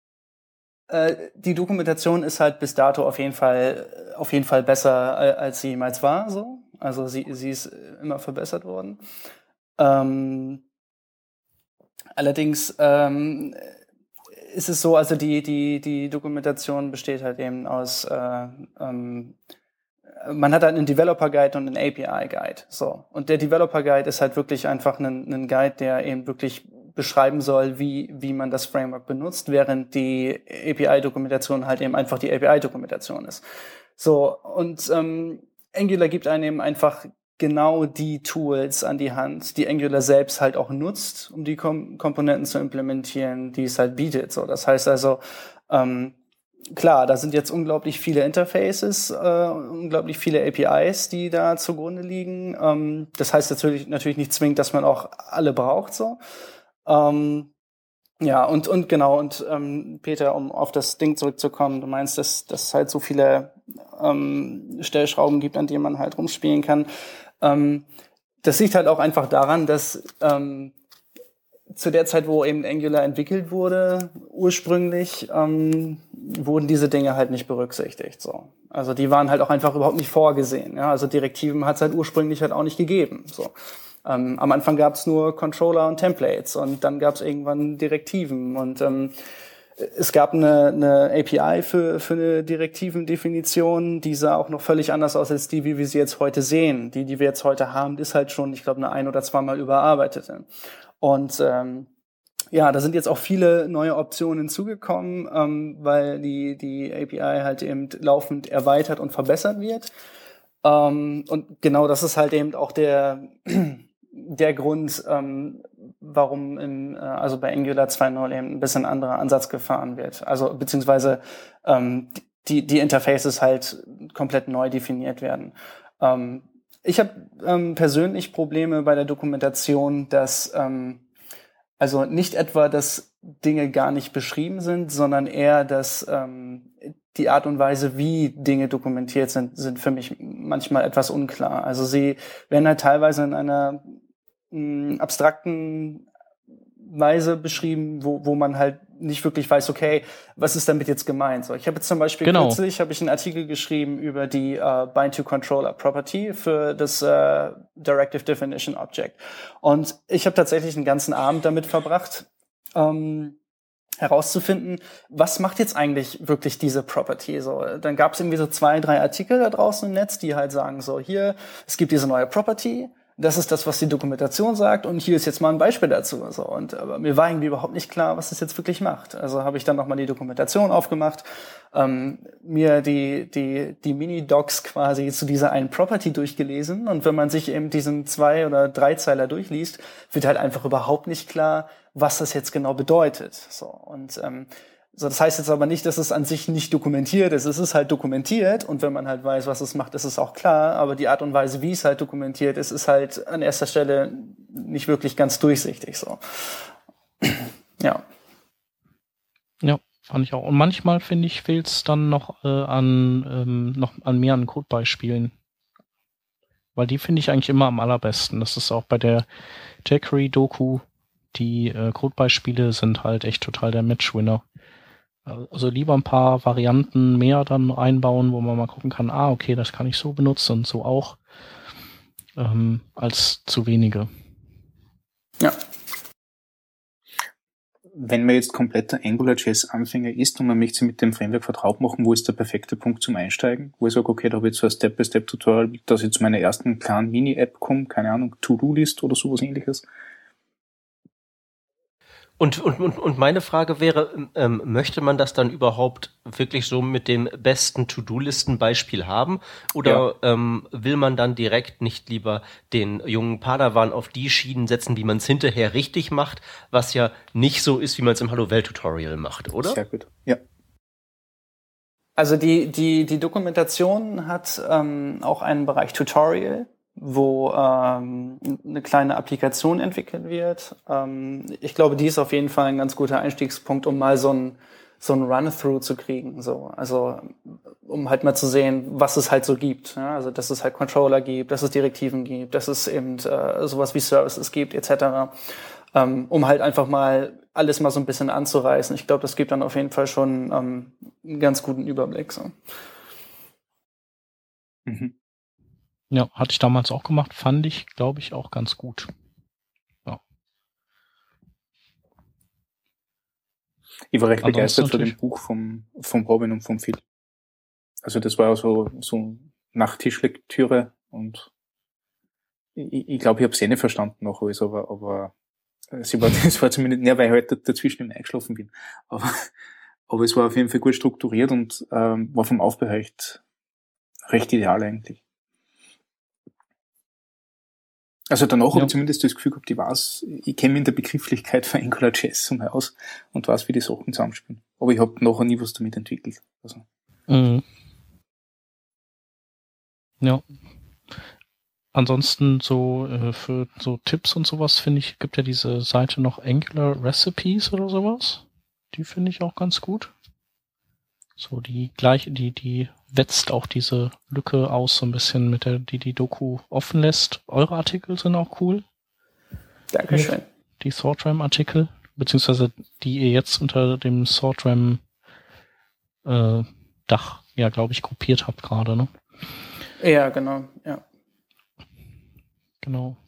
äh, die Dokumentation ist halt bis dato auf jeden Fall, auf jeden Fall besser, als sie jemals war, so. Also, sie, sie ist immer verbessert worden. Ähm, allerdings, ähm, ist es so, also die, die, die Dokumentation besteht halt eben aus, äh, ähm, man hat halt einen Developer Guide und einen A P I Guide, so. Und der Developer Guide ist halt wirklich einfach ein, ein Guide, der eben wirklich beschreiben soll, wie, wie man das Framework benutzt, während die A P I-Dokumentation halt eben einfach die A P I-Dokumentation ist. So. Und, ähm, Angular gibt einem eben einfach genau die Tools an die Hand, die Angular selbst halt auch nutzt, um die Kom- Komponenten zu implementieren, die es halt bietet. So, das heißt also, ähm, klar, da sind jetzt unglaublich viele Interfaces, äh, unglaublich viele A P Is, die da zugrunde liegen. Ähm, das heißt natürlich natürlich nicht zwingend, dass man auch alle braucht. So, ähm, ja und und genau und ähm, Peter, um auf das Ding zurückzukommen, du meinst, dass dass es halt so viele ähm, Stellschrauben gibt, an denen man halt rumspielen kann. Ähm, das liegt halt auch einfach daran, dass ähm, zu der Zeit, wo eben Angular entwickelt wurde, ursprünglich, ähm, wurden diese Dinge halt nicht berücksichtigt. So, also die waren halt auch einfach überhaupt nicht vorgesehen. Ja, also Direktiven hat es halt ursprünglich halt auch nicht gegeben. So, ähm, am Anfang gab es nur Controller und Templates und dann gab es irgendwann Direktiven und ähm, es gab eine, eine A P I für, für eine Direktivendefinition, die sah auch noch völlig anders aus als die, wie wir sie jetzt heute sehen. Die, die wir jetzt heute haben, ist halt schon, ich glaube, eine ein- oder zweimal überarbeitete. Und ähm, ja, da sind jetzt auch viele neue Optionen hinzugekommen, ähm, weil die, die A P I halt eben laufend erweitert und verbessert wird. Ähm, und genau das ist halt eben auch der der Grund, ähm, warum in, äh, also bei Angular zwei Punkt null eben ein bisschen anderer Ansatz gefahren wird. Also beziehungsweise ähm, die die Interfaces halt komplett neu definiert werden. Ähm, ich habe ähm, persönlich Probleme bei der Dokumentation, dass ähm, also nicht etwa, dass Dinge gar nicht beschrieben sind, sondern eher, dass ähm, die Art und Weise, wie Dinge dokumentiert sind, sind für mich manchmal etwas unklar. Also sie werden halt teilweise in einer mh, abstrakten Weise beschrieben, wo, wo man halt nicht wirklich weiß, okay, was ist damit jetzt gemeint? So, ich habe jetzt zum Beispiel genau. kürzlich habe ich einen Artikel geschrieben über die uh, Bind-to-Controller Property für das uh, Directive Definition Object. Und ich habe tatsächlich einen ganzen Abend damit verbracht, ähm, herauszufinden, was macht jetzt eigentlich wirklich diese Property? So, dann gab es irgendwie so zwei, drei Artikel da draußen im Netz, die halt sagen so, hier, es gibt diese neue Property, das ist das, was die Dokumentation sagt und hier ist jetzt mal ein Beispiel dazu. So, und aber mir war irgendwie überhaupt nicht klar, was das jetzt wirklich macht. Also habe ich dann nochmal die Dokumentation aufgemacht, ähm, mir die die die Mini-Docs quasi zu dieser einen Property durchgelesen und wenn man sich eben diesen zwei- oder dreizeiler durchliest, wird halt einfach überhaupt nicht klar, was das jetzt genau bedeutet. So, und ähm, so, das heißt jetzt aber nicht, dass es an sich nicht dokumentiert ist. Es ist halt dokumentiert und wenn man halt weiß, was es macht, ist es auch klar. Aber die Art und Weise, wie es halt dokumentiert ist, ist halt an erster Stelle nicht wirklich ganz durchsichtig. So, ja. Ja, fand ich auch. Und manchmal finde ich, fehlt es dann noch äh, an ähm, noch an mehr an Codebeispielen, weil die finde ich eigentlich immer am allerbesten. Das ist auch bei der jQuery-Doku. Die äh, Codebeispiele sind halt echt total der Matchwinner. Also lieber ein paar Varianten mehr dann einbauen, wo man mal gucken kann, ah, okay, das kann ich so benutzen und so auch, ähm, als zu wenige. Ja. Wenn man jetzt kompletter AngularJS-Anfänger ist und man möchte sich mit dem Framework vertraut machen, wo ist der perfekte Punkt zum Einsteigen? Wo ich sage, okay, da habe ich jetzt so ein Step-by-Step-Tutorial, dass ich zu meiner ersten kleinen Mini-App komme, keine Ahnung, To-Do-List oder sowas ähnliches. Und, und, und, und meine Frage wäre, ähm, möchte man das dann überhaupt wirklich so mit dem besten To-Do-Listen-Beispiel haben? Oder ja. ähm, will man dann direkt nicht lieber den jungen Padawan auf die Schienen setzen, wie man es hinterher richtig macht, was ja nicht so ist, wie man es im Hallo-Welt-Tutorial macht, oder? Sehr gut, ja. Also die, die, die Dokumentation hat ähm, auch einen Bereich Tutorial, wo ähm, eine kleine Applikation entwickelt wird. Ähm, ich glaube, die ist auf jeden Fall ein ganz guter Einstiegspunkt, um mal so ein so ein Run-Through zu kriegen. So, also um halt mal zu sehen, was es halt so gibt. Ja? Also dass es halt Controller gibt, dass es Direktiven gibt, dass es eben äh, sowas wie Services gibt, et cetera. ähm, um halt einfach mal alles mal so ein bisschen anzureißen. Ich glaube, das gibt dann auf jeden Fall schon ähm, einen ganz guten Überblick. So. Mhm. Ja, hatte ich damals auch gemacht, fand ich, glaube ich, auch ganz gut. Ja. Ich war recht Ansonsten begeistert von natürlich- dem Buch vom, vom Robin und vom Phil. Also das war so, so Nachttischlektüre und ich, ich glaube, ich habe es eh nicht verstanden noch alles, aber, aber es war, es war zumindest, ja, weil ich halt dazwischen immer eingeschlafen bin. Aber, aber es war auf jeden Fall gut strukturiert und ähm, war vom Aufbau recht, recht ideal eigentlich. Also danach Ja. habe ich zumindest das Gefühl gehabt, ich weiß, ich kenne mich in der Begrifflichkeit von Angular J S um aus und weiß, wie die Sachen zusammenspielen. Aber ich habe nachher nie was damit entwickelt. Also. Mhm. Ja. Ansonsten so äh, für so Tipps und sowas finde ich, gibt ja diese Seite noch Angular Recipes oder sowas. Die finde ich auch ganz gut. So die gleiche, die die wetzt auch diese Lücke aus so ein bisschen mit der, die die Doku offen lässt. Eure Artikel sind auch cool. Dankeschön. Die Sortram-Artikel, beziehungsweise die ihr jetzt unter dem Sortram äh, Dach, ja, glaube ich, gruppiert habt gerade, ne? Ja, genau, ja. Genau.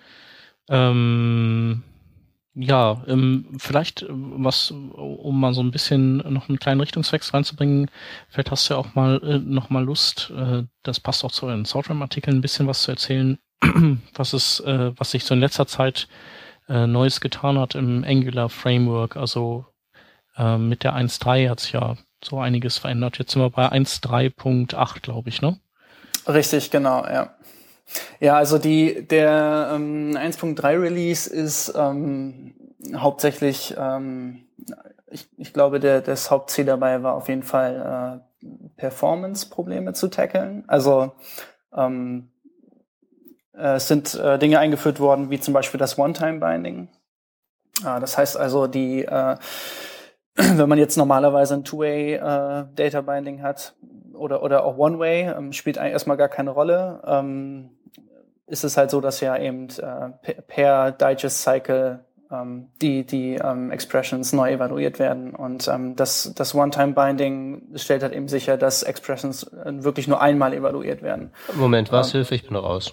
Ähm, ja, ähm, vielleicht äh, was, um mal so ein bisschen noch einen kleinen Richtungswechsel reinzubringen, vielleicht hast du ja auch mal äh, noch mal Lust, äh, das passt auch zu euren Sortram-Artikeln, ein bisschen was zu erzählen, was es, äh, was sich so in letzter Zeit äh, Neues getan hat im Angular Framework. Also äh, mit der eins Punkt drei hat sich ja so einiges verändert. Jetzt sind wir bei eins Punkt drei Punkt acht, glaube ich, ne? Richtig, genau, ja. Ja, also die der ähm, eins Punkt drei Release ist ähm, hauptsächlich, ähm, ich, ich glaube, der, das Hauptziel dabei war auf jeden Fall äh, Performance-Probleme zu tackeln. Also ähm, äh, es sind äh, Dinge eingeführt worden, wie zum Beispiel das One-Time-Binding. Äh, das heißt also, die äh, wenn man jetzt normalerweise ein Two-Way äh, Data Binding hat oder oder auch One-Way, ähm, spielt eigentlich erstmal gar keine Rolle. Ähm, ist es halt so, dass ja eben äh, per Digest Cycle ähm, die die ähm, Expressions neu evaluiert werden und ähm, das das One-Time Binding stellt halt eben sicher, dass Expressions äh, wirklich nur einmal evaluiert werden. Moment, was? Ähm, Hilfe, ich bin raus.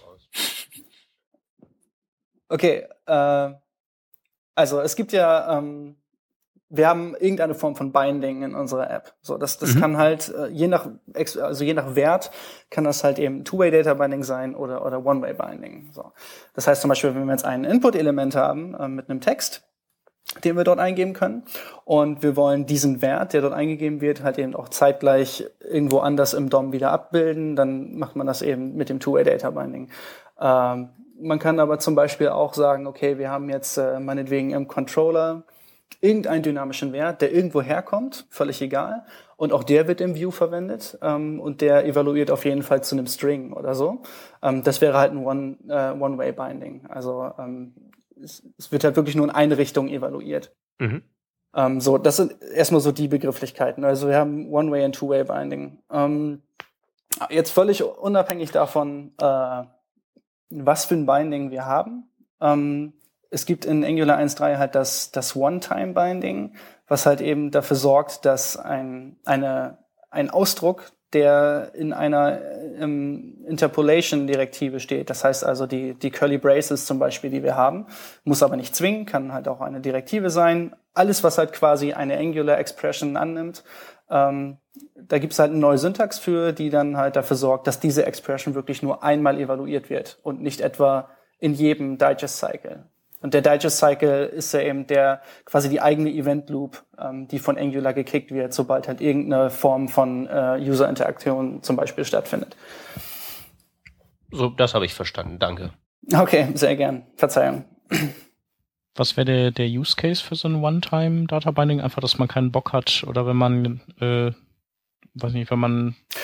Okay, äh, also es gibt ja ähm, wir haben irgendeine Form von Binding in unserer App. So, das, das Mhm. kann halt, äh, je nach, also je nach Wert, kann das halt eben Two-Way Data Binding sein oder, oder One-Way Binding. So. Das heißt zum Beispiel, wenn wir jetzt ein Input-Element haben, äh, mit einem Text, den wir dort eingeben können, und wir wollen diesen Wert, der dort eingegeben wird, halt eben auch zeitgleich irgendwo anders im D O M wieder abbilden, dann macht man das eben mit dem Two-Way Data Binding. Ähm, man kann aber zum Beispiel auch sagen, okay, wir haben jetzt äh, meinetwegen im Controller irgendeinen dynamischen Wert, der irgendwo herkommt, völlig egal. Und auch der wird im View verwendet ähm, und der evaluiert auf jeden Fall zu einem String oder so. Ähm, das wäre halt ein One, äh, One-Way-Binding. Also ähm, es, es wird halt wirklich nur in eine Richtung evaluiert. Mhm. Ähm, so, das sind erstmal so die Begrifflichkeiten. Also wir haben One-Way- und Two-Way-Binding. Ähm, jetzt völlig unabhängig davon, äh, was für ein Binding wir haben. Ähm, Es gibt in Angular eins Punkt drei halt das, das One-Time-Binding, was halt eben dafür sorgt, dass ein, eine, ein Ausdruck, der in einer ähm, Interpolation-Direktive steht, das heißt also die, die Curly Braces zum Beispiel, die wir haben, muss aber nicht zwingen, kann halt auch eine Direktive sein. Alles, was halt quasi eine Angular-Expression annimmt, ähm, da gibt es halt eine neue Syntax für, die dann halt dafür sorgt, dass diese Expression wirklich nur einmal evaluiert wird und nicht etwa in jedem Digest-Cycle. Und der Digest-Cycle ist ja eben der quasi die eigene Event-Loop, ähm, die von Angular gekickt wird, sobald halt irgendeine Form von äh, User-Interaktion zum Beispiel stattfindet. So, das habe ich verstanden. Danke. Okay, sehr gern. Verzeihung. Was wäre der, der Use Case für so ein One-Time-Data-Binding? Einfach, dass man keinen Bock hat oder wenn man, äh, weiß nicht, wenn man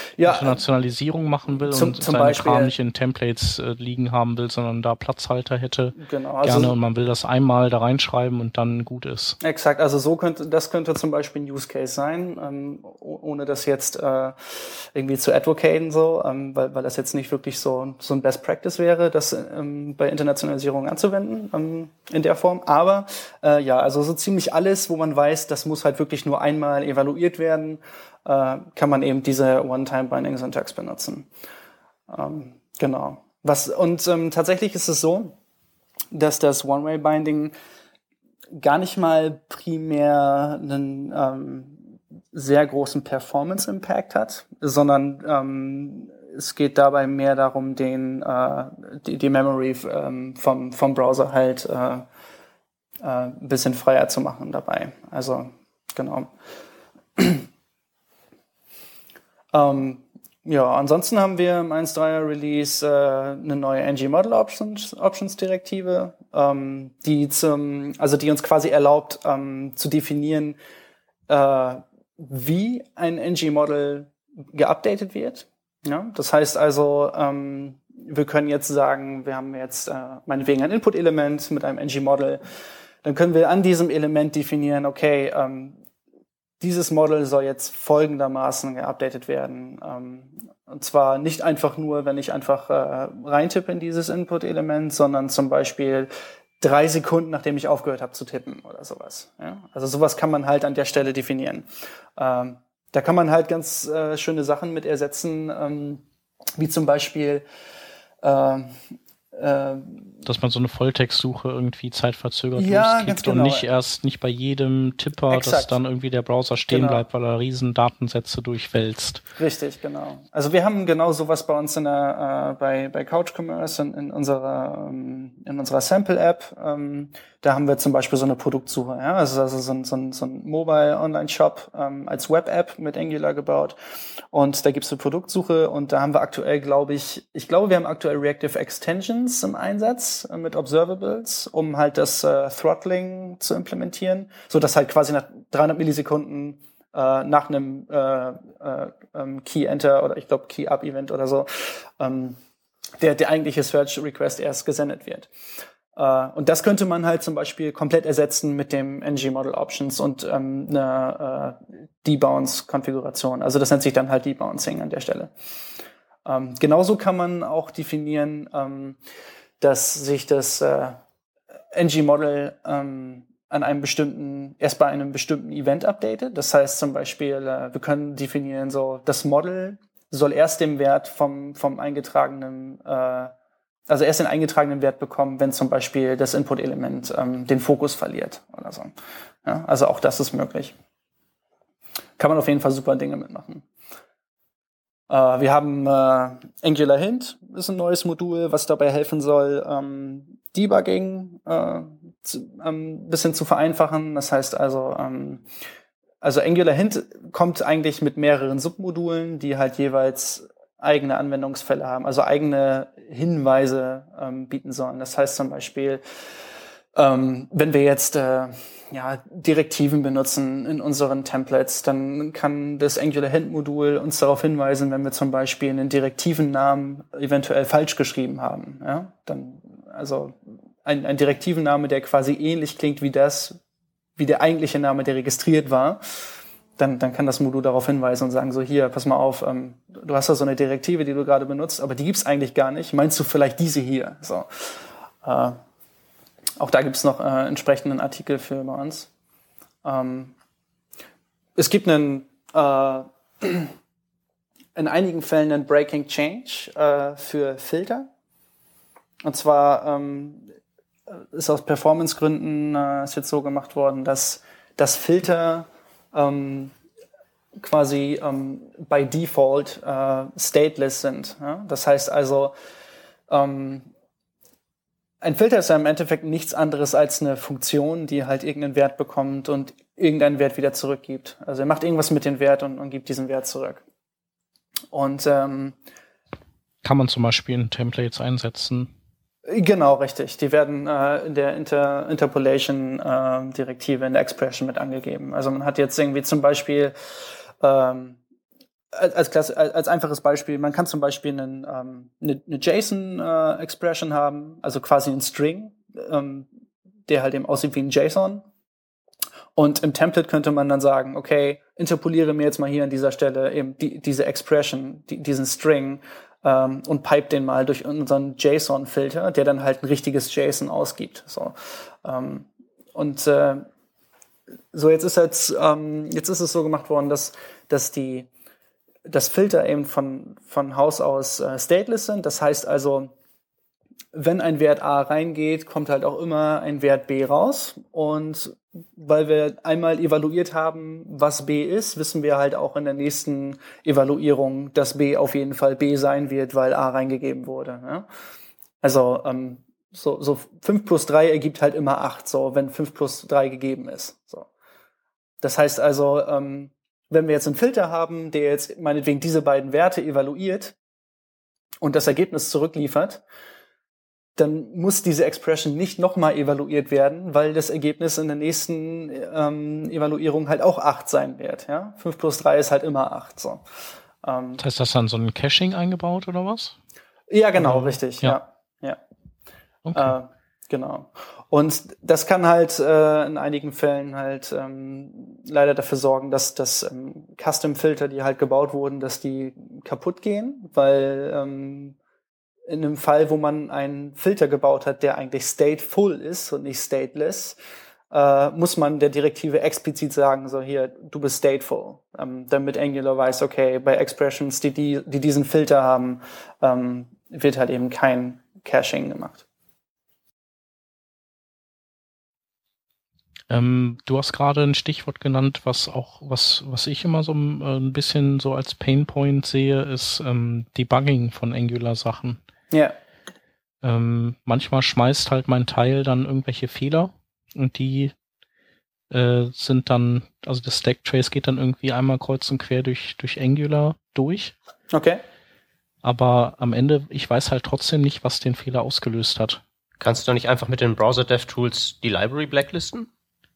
ja, Internationalisierung machen will zum, und zum seine Beispiel, Kram nicht in Templates äh, liegen haben will, sondern da Platzhalter hätte. Genau, also gerne und man will das einmal da reinschreiben und dann gut ist. Exakt, also so könnte, das könnte zum Beispiel ein Use Case sein, ähm, ohne das jetzt äh, irgendwie zu advocaten, so, ähm, weil, weil das jetzt nicht wirklich so, so ein Best Practice wäre, das ähm, bei Internationalisierung anzuwenden, ähm, in der Form. Aber äh, ja, also so ziemlich alles, wo man weiß, das muss halt wirklich nur einmal evaluiert werden, äh, kann man eben diese One-Time-Binding-Syntax benutzen. Ähm, genau. Was, und ähm, tatsächlich ist es so, dass das One-Way-Binding gar nicht mal primär einen ähm, sehr großen Performance-Impact hat, sondern ähm, es geht dabei mehr darum, den äh, die, die Memory ähm, vom vom Browser halt äh, äh, ein bisschen freier zu machen dabei. Also genau. ähm, Ja, ansonsten haben wir im eins Punkt dreier Release äh, eine neue N G Model Options, Options Direktive, ähm, die zum, also die uns quasi erlaubt, ähm, zu definieren, äh, wie ein N G Model geupdatet wird. Ja, das heißt also, ähm, wir können jetzt sagen, wir haben jetzt äh, meinetwegen ein Input-Element mit einem N G Model, dann können wir an diesem Element definieren, okay, ähm, dieses Model soll jetzt folgendermaßen geupdatet werden. Ähm, und zwar nicht einfach nur, wenn ich einfach äh, reintippe in dieses Input-Element, sondern zum Beispiel drei Sekunden, nachdem ich aufgehört habe zu tippen oder sowas. Ja? Also sowas kann man halt an der Stelle definieren. Ähm, da kann man halt ganz äh, schöne Sachen mit ersetzen, ähm, wie zum Beispiel äh, dass man so eine Volltextsuche irgendwie zeitverzögert ja, losklickt ganz genau. Und nicht erst nicht bei jedem Tipper, Exakt. Dass dann irgendwie der Browser stehen Genau. bleibt, weil er riesen Datensätze durchwälzt. Richtig, genau. Also wir haben genau sowas bei uns in der, äh, bei, bei Couch Commerce in, in unserer, ähm, in unserer Sample-App. Ähm, da haben wir zum Beispiel so eine Produktsuche, ja, also, also so ein, so ein, so ein Mobile-Online-Shop ähm, als Web-App mit Angular gebaut. Und da gibt's eine Produktsuche und da haben wir aktuell, glaube ich, ich glaube, wir haben aktuell Reactive Extensions im Einsatz äh, mit Observables, um halt das äh, Throttling zu implementieren, so dass halt quasi nach dreihundert Millisekunden äh, nach einem äh, äh, ähm, Key-Enter oder ich glaube Key-Up-Event oder so ähm, der, der eigentliche Search-Request erst gesendet wird. Uh, und das könnte man halt zum Beispiel komplett ersetzen mit dem N G Model Options und ähm, eine äh, Debounce-Konfiguration. Also das nennt sich dann halt Debouncing an der Stelle. Ähm, genauso kann man auch definieren, ähm, dass sich das äh, N G Model ähm, an einem bestimmten, erst bei einem bestimmten Event updatet. Das heißt zum Beispiel, äh, wir können definieren, so das Model soll erst den Wert vom vom eingetragenen äh, Also erst den eingetragenen Wert bekommen, wenn zum Beispiel das Input-Element ähm, den Fokus verliert oder so. Ja, also auch das ist möglich. Kann man auf jeden Fall super Dinge mitmachen. Äh, wir haben äh, Angular Hint, ist ein neues Modul, was dabei helfen soll, ähm, Debugging äh, zu, ähm, ein bisschen zu vereinfachen. Das heißt also, ähm, also Angular Hint kommt eigentlich mit mehreren Submodulen, die halt jeweils eigene Anwendungsfälle haben, also eigene Hinweise ähm, bieten sollen. Das heißt zum Beispiel, ähm, wenn wir jetzt äh, ja, Direktiven benutzen in unseren Templates, dann kann das Angular Hint-Modul uns darauf hinweisen, wenn wir zum Beispiel einen Direktivennamen eventuell falsch geschrieben haben. Ja? Dann, also ein, ein Direktivenname, der quasi ähnlich klingt wie das, wie der eigentliche Name, der registriert war. Dann, dann kann das Modul darauf hinweisen und sagen, so hier, pass mal auf, ähm, du hast da so eine Direktive, die du gerade benutzt, aber die gibt's eigentlich gar nicht. Meinst du vielleicht diese hier? So, äh, auch da gibt's noch äh, entsprechenden Artikel für bei uns. Ähm, es gibt einen äh, in einigen Fällen einen Breaking Change äh, für Filter. Und zwar ähm, ist aus Performance-Gründen äh, ist jetzt so gemacht worden, dass das Filter Ähm, quasi ähm, by default äh, stateless sind. Ja? Das heißt also, ähm, ein Filter ist ja im Endeffekt nichts anderes als eine Funktion, die halt irgendeinen Wert bekommt und irgendeinen Wert wieder zurückgibt. Also er macht irgendwas mit dem Wert und, und gibt diesen Wert zurück. Und ähm, kann man zum Beispiel in Templates einsetzen? Genau, richtig. Die werden äh, in der Inter Interpolation-Direktive, äh, in der Expression mit angegeben. Also man hat jetzt irgendwie zum Beispiel ähm, als, als, Klasse, als, als einfaches Beispiel, man kann zum Beispiel einen, ähm, eine, eine JSON-Expression äh, haben, also quasi einen String, ähm, der halt eben aussieht wie ein JSON. Und im Template könnte man dann sagen, okay, interpoliere mir jetzt mal hier an dieser Stelle eben die, diese Expression, die, diesen String ähm, und pipe den mal durch unseren JSON-Filter, der dann halt ein richtiges JSON ausgibt. So, ähm, und äh, so jetzt ist jetzt ähm, jetzt ist es so gemacht worden, dass dass die das Filter eben von von Haus aus äh, stateless sind. Das heißt also, wenn ein Wert A reingeht, kommt halt auch immer ein Wert B raus. Und weil wir einmal evaluiert haben, was B ist, wissen wir halt auch in der nächsten Evaluierung, dass B auf jeden Fall B sein wird, weil A reingegeben wurde. Ja? Also ähm, so, so fünf plus drei ergibt halt immer acht, so wenn fünf plus drei gegeben ist. So. Das heißt also, ähm, wenn wir jetzt einen Filter haben, der jetzt meinetwegen diese beiden Werte evaluiert und das Ergebnis zurückliefert, dann muss diese Expression nicht nochmal evaluiert werden, weil das Ergebnis in der nächsten ähm, Evaluierung halt auch acht sein wird. Ja? fünf plus drei ist halt immer acht. So. Ähm, das heißt, das dann so ein Caching eingebaut oder was? Ja, genau, oder? richtig. Ja. ja, ja. Okay. Äh, genau. Und das kann halt äh, in einigen Fällen halt ähm, leider dafür sorgen, dass dass ähm, Custom-Filter, die halt gebaut wurden, dass die kaputt gehen, weil ähm, in einem Fall, wo man einen Filter gebaut hat, der eigentlich stateful ist und nicht stateless, äh, muss man der Direktive explizit sagen, so hier, du bist stateful, ähm, damit Angular weiß, okay, bei Expressions, die, die, die diesen Filter haben, ähm, wird halt eben kein Caching gemacht. Ähm, du hast gerade ein Stichwort genannt, was auch, was, was ich immer so ein bisschen so als Painpoint sehe, ist ähm, Debugging von Angular-Sachen. Ja. Ähm, manchmal schmeißt halt mein Teil dann irgendwelche Fehler und die äh, sind dann, also das Stacktrace geht dann irgendwie einmal kreuz und quer durch, durch Angular durch. Okay. Aber am Ende, ich weiß halt trotzdem nicht, was den Fehler ausgelöst hat. Kannst du nicht einfach mit den Browser-Dev-Tools die Library blacklisten?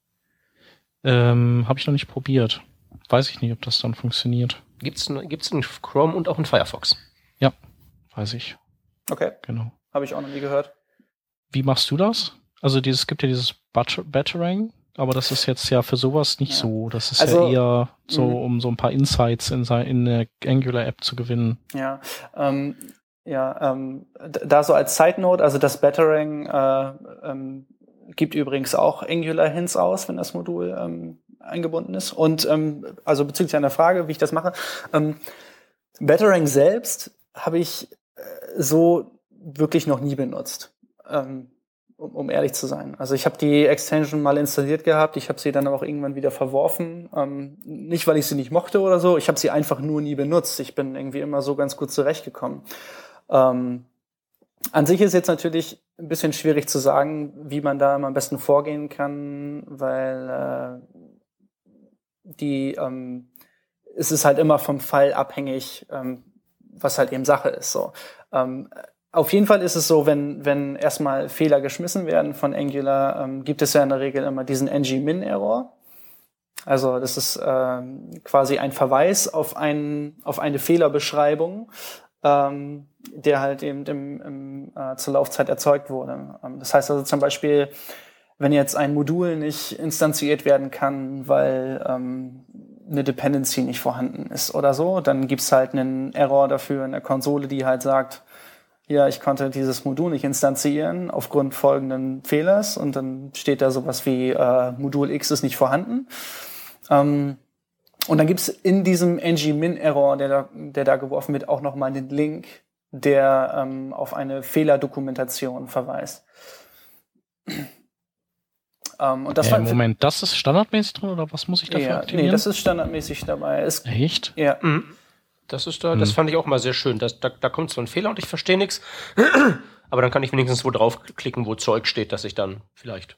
Ähm, habe ich noch nicht probiert. Weiß ich nicht, ob das dann funktioniert. Gibt's, gibt's in Chrome und auch in Firefox? Ja, weiß ich. Okay. Genau. Habe ich auch noch nie gehört. Wie machst du das? Also dieses, es gibt ja dieses Butter- Battering, aber das ist jetzt ja für sowas nicht ja. so. Das ist also, ja eher so, mh. um so ein paar Insights in, in eine Angular-App zu gewinnen. Ja, ähm, ja, ähm, da so als Side Note, also das Battering äh, ähm, gibt übrigens auch Angular-Hints aus, wenn das Modul ähm, eingebunden ist. Und ähm, also bezüglich einer Frage, wie ich das mache, ähm, Battering selbst habe ich äh, so wirklich noch nie benutzt, ähm, um, um ehrlich zu sein. Also ich habe die Extension mal installiert gehabt, ich habe sie dann aber auch irgendwann wieder verworfen. Ähm, nicht, weil ich sie nicht mochte oder so, ich habe sie einfach nur nie benutzt. Ich bin irgendwie immer so ganz gut zurechtgekommen. Ähm, An sich ist jetzt natürlich ein bisschen schwierig zu sagen, wie man da am besten vorgehen kann, weil äh, die ähm, es ist halt immer vom Fall abhängig, ähm, was halt eben Sache ist. So. Ähm, auf jeden Fall ist es so, wenn wenn erstmal Fehler geschmissen werden von Angular, ähm, gibt es ja in der Regel immer diesen ng-min-Error. Also das ist ähm, quasi ein Verweis auf einen auf eine Fehlerbeschreibung, Ähm, der halt eben im, im, äh, zur Laufzeit erzeugt wurde. Ähm, das heißt also zum Beispiel, wenn jetzt ein Modul nicht instanziert werden kann, weil ähm, eine Dependency nicht vorhanden ist oder so, dann gibt's halt einen Error dafür in der Konsole, die halt sagt, ja, ich konnte dieses Modul nicht instanzieren aufgrund folgenden Fehlers, und dann steht da sowas wie äh, Modul X ist nicht vorhanden. Ähm, Und dann gibt's in diesem ng-min-Error, der da, der da geworfen wird, auch nochmal den Link, der ähm, auf eine Fehlerdokumentation verweist. ähm, und das äh, war, Moment, das ist standardmäßig drin oder was muss ich dafür ja, aktivieren? Nee, das ist standardmäßig dabei. Es, Echt? Ja. Mhm. Das ist da, das hm. fand ich auch mal sehr schön. Das, da, da kommt so ein Fehler und ich verstehe nichts. Aber dann kann ich wenigstens wo draufklicken, wo Zeug steht, dass ich dann vielleicht.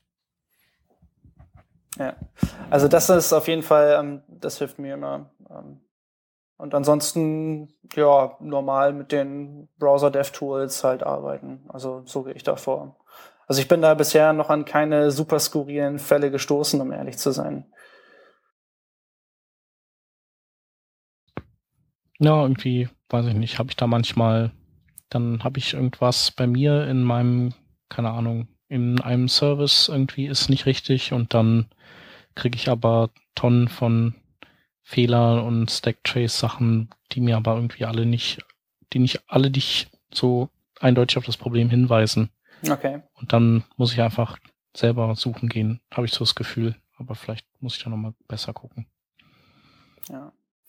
Ja, also das ist auf jeden Fall, ähm, das hilft mir immer. Ähm, und ansonsten, ja, normal mit den Browser-Dev-Tools halt arbeiten. Also so gehe ich da vor. Also ich bin da bisher noch an keine super skurrilen Fälle gestoßen, um ehrlich zu sein. Ja, irgendwie, weiß ich nicht, habe ich da manchmal, dann habe ich irgendwas bei mir in meinem, keine Ahnung, in einem Service irgendwie ist nicht richtig und dann kriege ich aber Tonnen von Fehlern und Stack-Trace-Sachen, die mir aber irgendwie alle nicht, die nicht alle dich so eindeutig auf das Problem hinweisen. Okay. Und dann muss ich einfach selber suchen gehen, habe ich so das Gefühl. Aber vielleicht muss ich da nochmal besser gucken. Ja.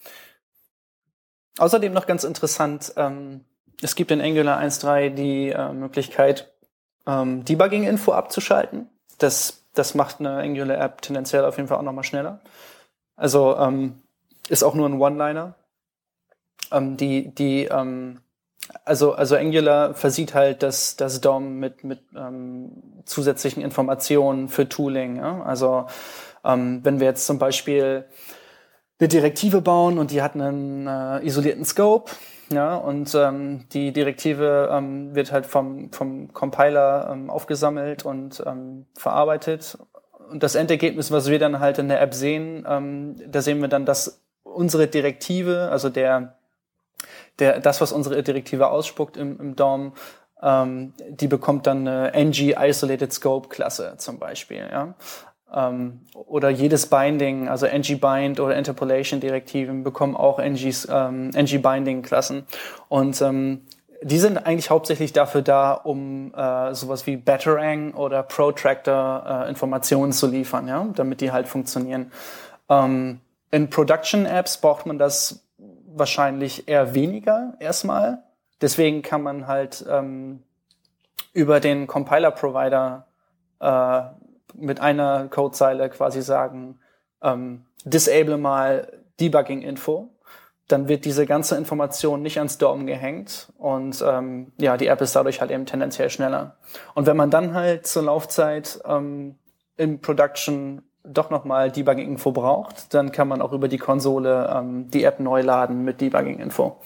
Außerdem noch ganz interessant, ähm, es gibt in Angular eins Punkt drei die äh, Möglichkeit, ähm, Debugging-Info abzuschalten. Das, das macht eine Angular-App tendenziell auf jeden Fall auch nochmal schneller. Also ähm, ist auch nur ein One-Liner. Ähm, die, die, ähm, also, also Angular versieht halt das, das D O M mit, mit ähm, zusätzlichen Informationen für Tooling. Ja? Also ähm, wenn wir jetzt zum Beispiel eine Direktive bauen und die hat einen äh, isolierten Scope, ja, und ähm, die Direktive ähm, wird halt vom, vom Compiler ähm, aufgesammelt und ähm, verarbeitet. Und das Endergebnis, was wir dann halt in der App sehen, ähm, da sehen wir dann, dass unsere Direktive, also der, der, das, was unsere Direktive ausspuckt im, im D O M, ähm, die bekommt dann eine N G Isolated Scope Klasse zum Beispiel, ja. Ähm, oder jedes Binding, also N G Bind oder Interpolation Direktiven bekommen auch N Gs, ähm, N G Binding Klassen. Und ähm, die sind eigentlich hauptsächlich dafür da, um äh, sowas wie Batarang oder Protractor äh, Informationen zu liefern, ja, damit die halt funktionieren. Ähm, in Production Apps braucht man das wahrscheinlich eher weniger erstmal. Deswegen kann man halt ähm, über den Compiler Provider äh, mit einer Codezeile quasi sagen, ähm, disable mal Debugging-Info. Dann wird diese ganze Information nicht ans D O M gehängt und ähm, ja, die App ist dadurch halt eben tendenziell schneller. Und wenn man dann halt zur Laufzeit ähm, in Production doch nochmal Debugging-Info braucht, dann kann man auch über die Konsole ähm, die App neu laden mit Debugging-Info.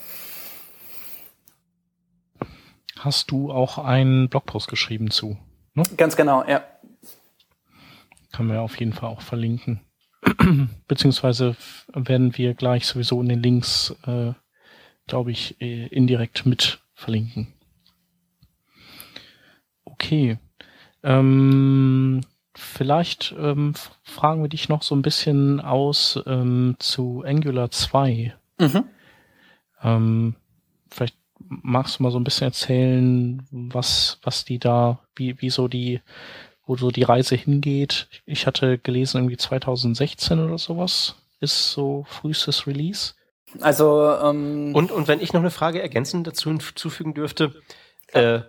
Hast du auch einen Blogpost geschrieben zu? Ne? Ganz genau, ja. Können wir auf jeden Fall auch verlinken. Beziehungsweise werden wir gleich sowieso in den Links, äh, glaube ich, äh, indirekt mit verlinken. Okay. Ähm, vielleicht ähm, fragen wir dich noch so ein bisschen aus ähm, zu Angular zwei. Mhm. Ähm, vielleicht magst du mal so ein bisschen erzählen, was, was die da, wie, wie so die wo so die Reise hingeht. Ich hatte gelesen, irgendwie zwanzig sechzehn oder sowas ist so frühestes Release. Also ähm und und wenn ich noch eine Frage ergänzend dazu hinzufügen dürfte, äh,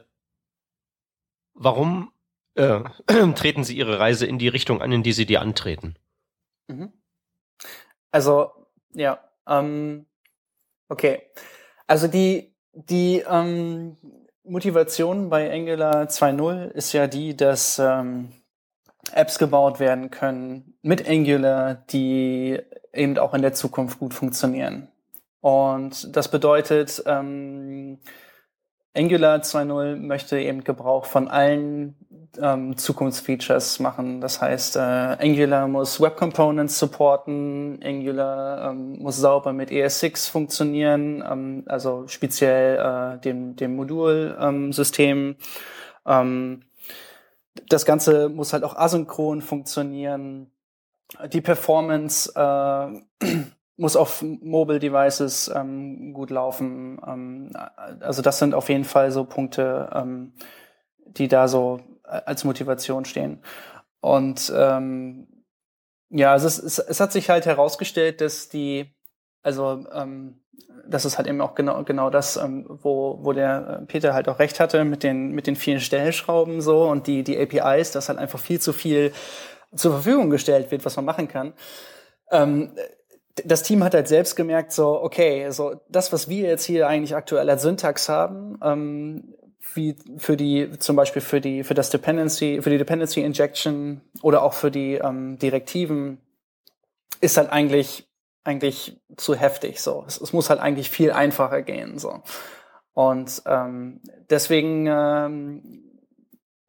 warum äh, treten Sie Ihre Reise in die Richtung an, in die Sie die antreten? Mhm. Also ja, ähm, okay. Also die die ähm, Motivation bei Angular zwei Punkt null ist ja die, dass ähm, Apps gebaut werden können mit Angular, die eben auch in der Zukunft gut funktionieren. Und das bedeutet, ähm, Angular zwei Punkt null möchte eben Gebrauch von allen ähm, Zukunftsfeatures machen. Das heißt, äh, Angular muss Web Components supporten, Angular ähm, muss sauber mit E S sechs funktionieren, ähm, also speziell äh, dem, dem Modulsystem. Ähm, das Ganze muss halt auch asynchron funktionieren. Die Performance äh, muss auf Mobile Devices ähm, gut laufen. Ähm, also das sind auf jeden Fall so Punkte, ähm, die da so als Motivation stehen. Und ähm, ja, also es, es, es hat sich halt herausgestellt, dass die, also ähm, das ist halt eben auch genau genau das, ähm, wo wo der Peter halt auch recht hatte mit den mit den vielen Stellschrauben so und die die A P Is, dass halt einfach viel zu viel zur Verfügung gestellt wird, was man machen kann. Ähm, das Team hat halt selbst gemerkt, so, okay, so das, was wir jetzt hier eigentlich aktuell als Syntax haben, ähm, wie für die, zum Beispiel für die, für das Dependency, für die Dependency Injection oder auch für die ähm, Direktiven, ist halt eigentlich, eigentlich zu heftig, so. Es, es muss halt eigentlich viel einfacher gehen, so. Und ähm, deswegen ähm,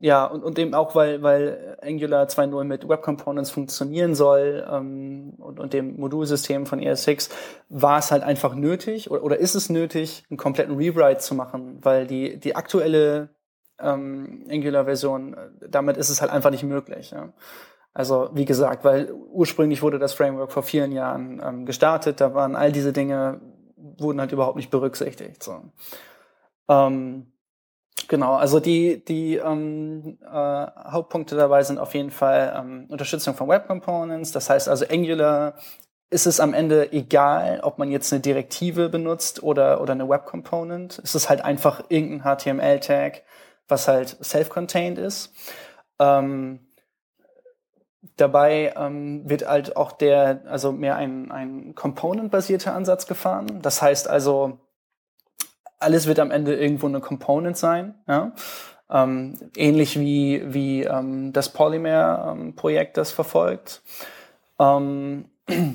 Ja, und, und eben auch, weil, weil Angular zwei Punkt null mit Web Components funktionieren soll ähm, und, und dem Modulsystem von E S sechs, war es halt einfach nötig oder, oder ist es nötig, einen kompletten Rewrite zu machen, weil die, die aktuelle ähm, Angular-Version, damit ist es halt einfach nicht möglich. Ja? Also wie gesagt, weil ursprünglich wurde das Framework vor vielen Jahren ähm, gestartet, da waren all diese Dinge, wurden halt überhaupt nicht berücksichtigt. So. Ähm, Genau, also die die ähm, äh, Hauptpunkte dabei sind auf jeden Fall ähm, Unterstützung von Web Components. Das heißt also Angular ist es am Ende egal, ob man jetzt eine Direktive benutzt oder oder eine Web Component. Es ist halt einfach irgendein H T M L-Tag, was halt self-contained ist. Ähm, dabei ähm, wird halt auch der also mehr ein ein Component-basierter Ansatz gefahren. Das heißt also alles wird am Ende irgendwo eine Component sein, ja? ähm, ähnlich wie wie ähm, das Polymer-Projekt das verfolgt. Ähm,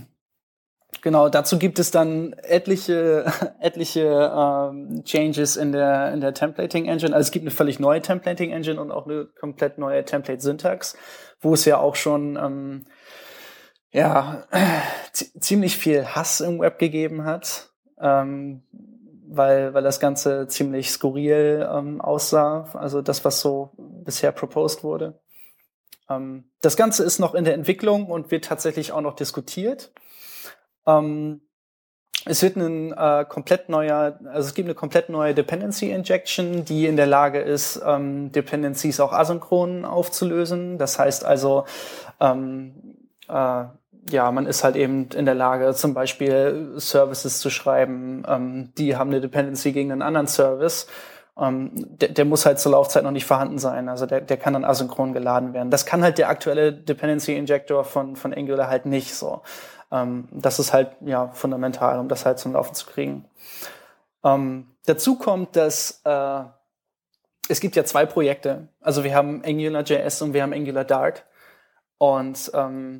genau, dazu gibt es dann etliche etliche ähm, Changes in der in der Templating Engine. Also es gibt eine völlig neue Templating Engine und auch eine komplett neue Template-Syntax, wo es ja auch schon ähm, ja z- ziemlich viel Hass im Web gegeben hat. Ähm, weil weil das Ganze ziemlich skurril ähm, aussah, also das, was so bisher proposed wurde. Ähm, das Ganze ist noch in der Entwicklung und wird tatsächlich auch noch diskutiert. Ähm, es wird ein äh, komplett neuer, also es gibt eine komplett neue Dependency Injection, die in der Lage ist, ähm, Dependencies auch asynchron aufzulösen. Das heißt also, ähm, äh, ja, man ist halt eben in der Lage, zum Beispiel Services zu schreiben, ähm, die haben eine Dependency gegen einen anderen Service. Ähm, der, der muss halt zur Laufzeit noch nicht vorhanden sein. Also der, der kann dann asynchron geladen werden. Das kann halt der aktuelle Dependency Injector von, von Angular halt nicht so. Ähm, das ist halt, ja, fundamental, um das halt zum Laufen zu kriegen. Ähm, dazu kommt, dass äh, es gibt ja zwei Projekte. Also wir haben AngularJS und wir haben Angular Dart. Und ähm,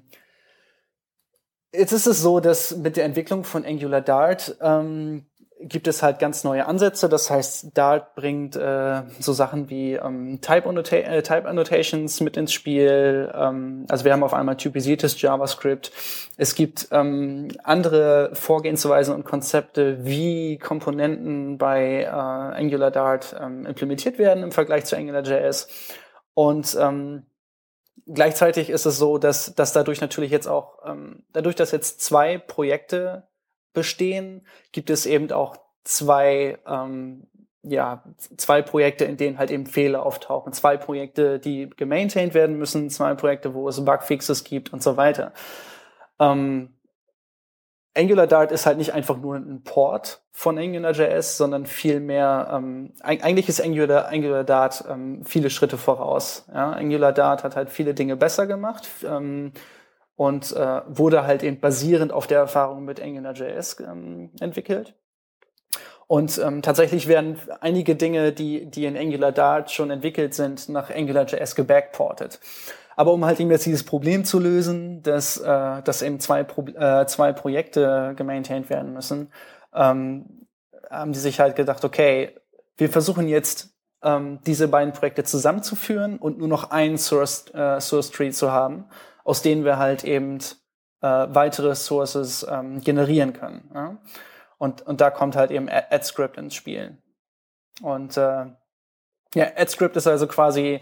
jetzt ist es so, dass mit der Entwicklung von Angular Dart ähm, gibt es halt ganz neue Ansätze. Das heißt, Dart bringt äh, so Sachen wie ähm, Type, Annota- äh, Type Annotations mit ins Spiel. Ähm, also wir haben auf einmal typisiertes JavaScript. Es gibt ähm, andere Vorgehensweisen und Konzepte, wie Komponenten bei äh, Angular Dart ähm, implementiert werden im Vergleich zu AngularJS. Und ähm, gleichzeitig ist es so, dass, dass dadurch natürlich jetzt auch, ähm, dadurch, dass jetzt zwei Projekte bestehen, gibt es eben auch zwei, ähm, ja, zwei Projekte, in denen halt eben Fehler auftauchen. Zwei Projekte, die gemaintained werden müssen, zwei Projekte, wo es Bugfixes gibt und so weiter. Ähm, Angular Dart ist halt nicht einfach nur ein Port von AngularJS, sondern vielmehr, ähm, eigentlich ist Angular, Angular Dart ähm, viele Schritte voraus. Ja? Angular Dart hat halt viele Dinge besser gemacht ähm, und äh, wurde halt eben basierend auf der Erfahrung mit AngularJS ähm, entwickelt. Und ähm, tatsächlich werden einige Dinge, die, die in Angular Dart schon entwickelt sind, nach AngularJS gebackportet. Aber um halt eben jetzt dieses Problem zu lösen, dass, äh, dass eben zwei, Pro- äh, zwei Projekte gemaintained werden müssen, ähm, haben die sich halt gedacht, okay, wir versuchen jetzt, ähm, diese beiden Projekte zusammenzuführen und nur noch einen Source, äh, Source Tree zu haben, aus denen wir halt eben äh, weitere Sources ähm, generieren können. Ja? Und, und da kommt halt eben AdScript ins Spiel. Und äh, ja, AdScript ist also quasi,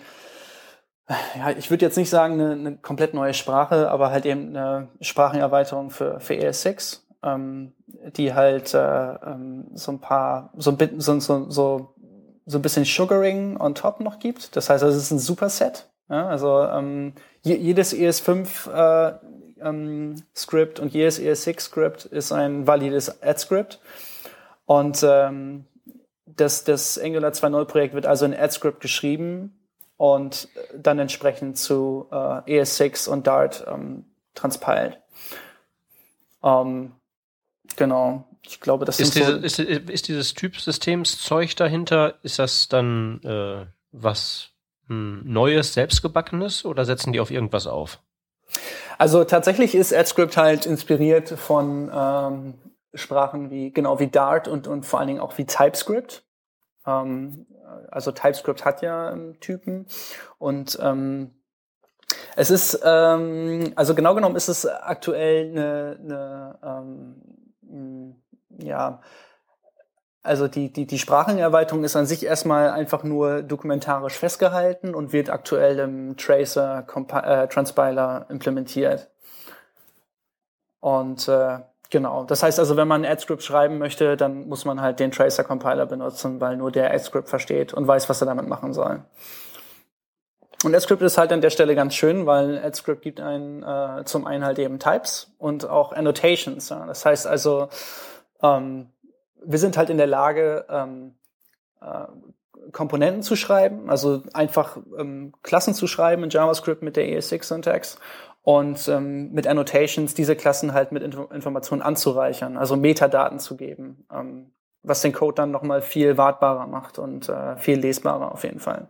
ja, ich würde jetzt nicht sagen eine, eine komplett neue Sprache, aber halt eben eine Sprachenerweiterung für, für E S sechs, ähm, die halt äh, ähm, so ein paar, so ein, bit, so, so, so, so ein bisschen Sugaring on top noch gibt. Das heißt, es ist ein Superset. Ja? Also ähm, je, jedes E S fünf äh, ähm, Script und jedes E S sechs Script ist ein valides AdScript. Und ähm, das, das Angular zwei Punkt null Projekt wird also in AdScript geschrieben und dann entsprechend zu äh, E S sechs und Dart ähm, transpiled. Ähm, genau, ich glaube, das ist sind diese, so... Ist, ist dieses Typsystemszeug dahinter, ist das dann äh, was hm, Neues, Selbstgebackenes oder setzen die auf irgendwas auf? Also tatsächlich ist AdScript halt inspiriert von ähm, Sprachen wie, genau wie Dart und, und vor allen Dingen auch wie TypeScript. Ähm, also TypeScript hat ja ähm, Typen und ähm, es ist, ähm, also genau genommen ist es aktuell eine, eine ähm, ja, also die, die, die Sprachenerweiterung ist an sich erstmal einfach nur dokumentarisch festgehalten und wird aktuell im Tracer Compi- äh, Transpiler implementiert. Und äh, genau, das heißt also, wenn man AdScript schreiben möchte, dann muss man halt den Tracer Compiler benutzen, weil nur der AdScript versteht und weiß, was er damit machen soll. Und AdScript ist halt an der Stelle ganz schön, weil AdScript gibt einen äh, zum einen halt eben Types und auch Annotations. Ja. Das heißt also, ähm, wir sind halt in der Lage, ähm, äh, Komponenten zu schreiben, also einfach ähm, Klassen zu schreiben in JavaScript mit der E S sechs Syntax und ähm, mit Annotations diese Klassen halt mit Info- Informationen anzureichern, also Metadaten zu geben, ähm, was den Code dann nochmal viel wartbarer macht und äh, viel lesbarer auf jeden Fall.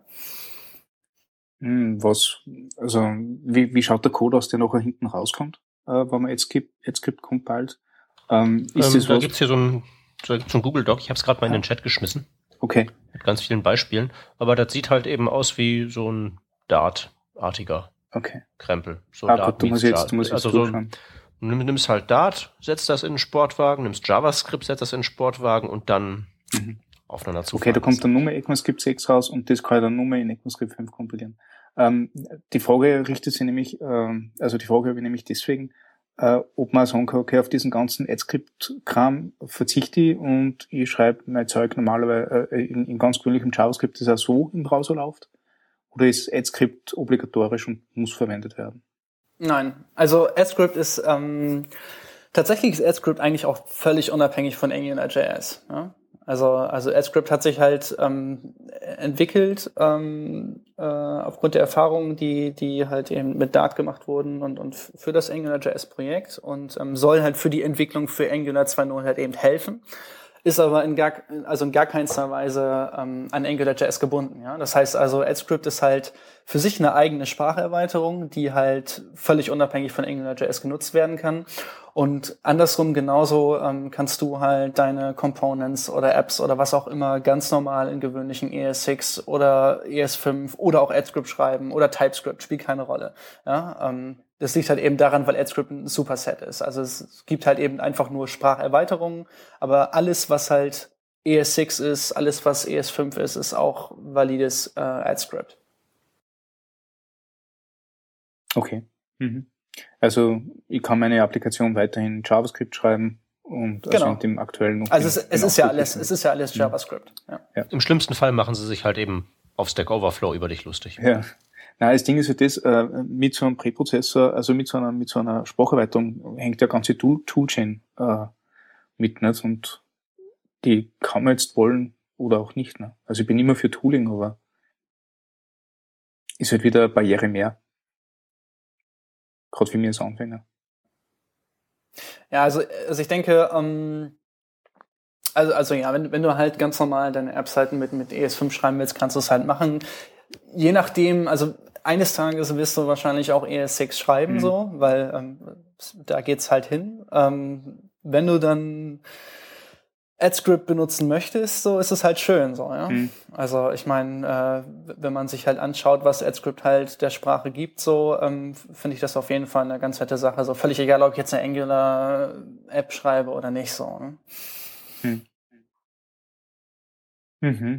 Was, also, wie, wie schaut der Code aus, der nachher hinten rauskommt, äh, wenn man AdScript, AdScript compiled? Ähm, ist ähm, das da was? gibt's hier so ein, so ein Google Doc, ich habe es gerade mal in den Chat geschmissen. Okay. Mit ganz vielen Beispielen. Aber das sieht halt eben aus wie so ein Dart-artiger Okay. Krempel. So Ah, Dart gut, du musst meets jetzt, du musst jetzt also so, durchschauen. nimm, nimmst halt Dart, setzt das in einen Sportwagen, nimmst JavaScript, setzt das in einen Sportwagen und dann Mhm. aufeinander zu. Okay, da kommt dann nur mehr ECMAScript sechs raus und das kann ich dann nur mehr in ECMAScript fünf kompilieren. Ähm, die Frage richtet sich nämlich, ähm, also die Frage habe ich nämlich deswegen, äh, ob man sagen kann, okay, auf diesen ganzen AdScript-Kram verzichte ich und ich schreibe mein Zeug normalerweise äh, in, in ganz gewöhnlichem JavaScript, das auch so im Browser läuft? Oder ist AdScript obligatorisch und muss verwendet werden? Nein, also AdScript ist, ähm, tatsächlich ist AdScript eigentlich auch völlig unabhängig von AngularJS. Ja? Also, also AdScript hat sich halt ähm, entwickelt ähm, äh, aufgrund der Erfahrungen, die die halt eben mit Dart gemacht wurden und und für das AngularJS-Projekt und ähm, soll halt für die Entwicklung für Angular zwei Punkt null halt eben helfen, ist aber in gar also in gar keinster Weise ähm, an AngularJS gebunden. Ja, das heißt also AdScript ist halt für sich eine eigene Spracherweiterung, die halt völlig unabhängig von AngularJS genutzt werden kann. Und andersrum genauso ähm, kannst du halt deine Components oder Apps oder was auch immer ganz normal in gewöhnlichen E S sechs oder E S fünf oder auch AdScript schreiben oder TypeScript, spielt keine Rolle. Ja, ähm, das liegt halt eben daran, weil AdScript ein Superset ist. Also es gibt halt eben einfach nur Spracherweiterungen, aber alles, was halt E S sechs ist, alles, was E S fünf ist, ist auch valides äh, AdScript. Okay. Mhm. Also ich kann meine Applikation weiterhin JavaScript schreiben und also Genau. in dem aktuellen. Also es, es den ist ja Output alles, es ist ja alles Mhm. JavaScript. Ja. Ja. Im schlimmsten Fall machen sie sich halt eben auf Stack Overflow über dich lustig. Ja. Nein, das Ding ist halt das, äh, mit so einem Präprozessor, also mit so einer, mit so einer Spracherweiterung hängt der ganze Tool, Toolchain, äh, mit, nicht? Und die kann man jetzt wollen oder auch nicht, ne? Also ich bin immer für Tooling, aber ist halt wieder eine Barriere mehr. Gerade für mich als Anfänger. Ja, also, also ich denke, ähm, also, also ja, wenn, wenn du halt ganz normal deine Apps halt mit, mit E S fünf schreiben willst, kannst du es halt machen. Je nachdem, also eines Tages wirst du wahrscheinlich auch E S sechs schreiben, mhm. so, weil ähm, da geht's halt hin. Ähm, wenn du dann AdScript benutzen möchtest, so ist es halt schön, so, ja. Mhm. Also ich meine, äh, wenn man sich halt anschaut, was AdScript halt der Sprache gibt, so ähm, finde ich das auf jeden Fall eine ganz nette Sache. So völlig egal, ob ich jetzt eine Angular-App schreibe oder nicht, so. Ne? Mhm. Mhm.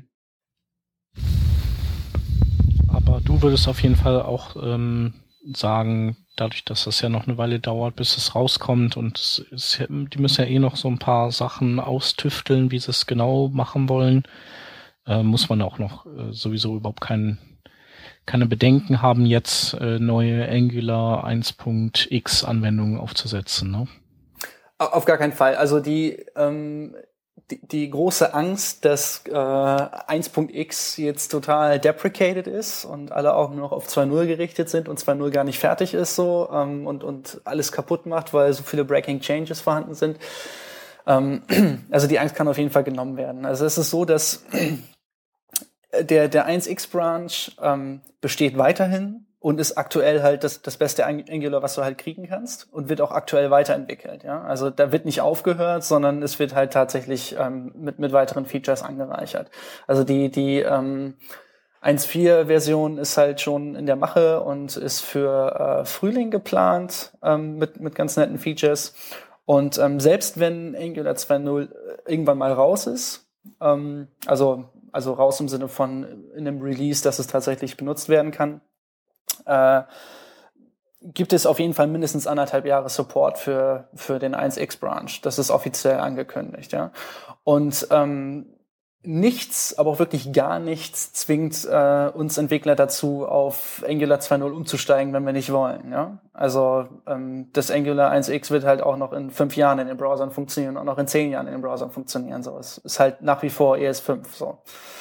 Aber du würdest auf jeden Fall auch ähm, sagen, dadurch, dass das ja noch eine Weile dauert, bis es rauskommt und es ist, die müssen ja eh noch so ein paar Sachen austüfteln, wie sie es genau machen wollen, äh, muss man auch noch äh, sowieso überhaupt kein, keine Bedenken haben, jetzt äh, neue Angular eins Punkt x Anwendungen aufzusetzen, ne? Auf gar keinen Fall. Also die ähm Die, die große Angst, dass äh, eins Punkt x jetzt total deprecated ist und alle auch nur noch auf zwei Punkt null gerichtet sind und zwei Punkt null gar nicht fertig ist so ähm, und und alles kaputt macht, weil so viele Breaking Changes vorhanden sind. Ähm, also die Angst kann auf jeden Fall genommen werden. Also es ist so, dass der der eins Punkt x Branch ähm, besteht weiterhin und ist aktuell halt das, das beste Angular, was du halt kriegen kannst und wird auch aktuell weiterentwickelt. Ja, also da wird nicht aufgehört, sondern es wird halt tatsächlich ähm, mit mit weiteren Features angereichert. Also die die ähm, eins Punkt vier Version ist halt schon in der Mache und ist für äh, Frühling geplant ähm, mit mit ganz netten Features. Und ähm, selbst wenn Angular zwei Punkt null irgendwann mal raus ist, ähm, also also raus im Sinne von in einem Release, dass es tatsächlich benutzt werden kann, äh, gibt es auf jeden Fall mindestens anderthalb Jahre Support für für den eins X Branch. Das ist offiziell angekündigt, ja. Und ähm, nichts, aber auch wirklich gar nichts zwingt äh, uns Entwickler dazu, auf Angular zwei Punkt null umzusteigen, wenn wir nicht wollen. Ja? Also ähm, das Angular eins X wird halt auch noch in fünf Jahren in den Browsern funktionieren und auch noch in zehn Jahren in den Browsern funktionieren. So, es ist halt nach wie vor E S fünf. So.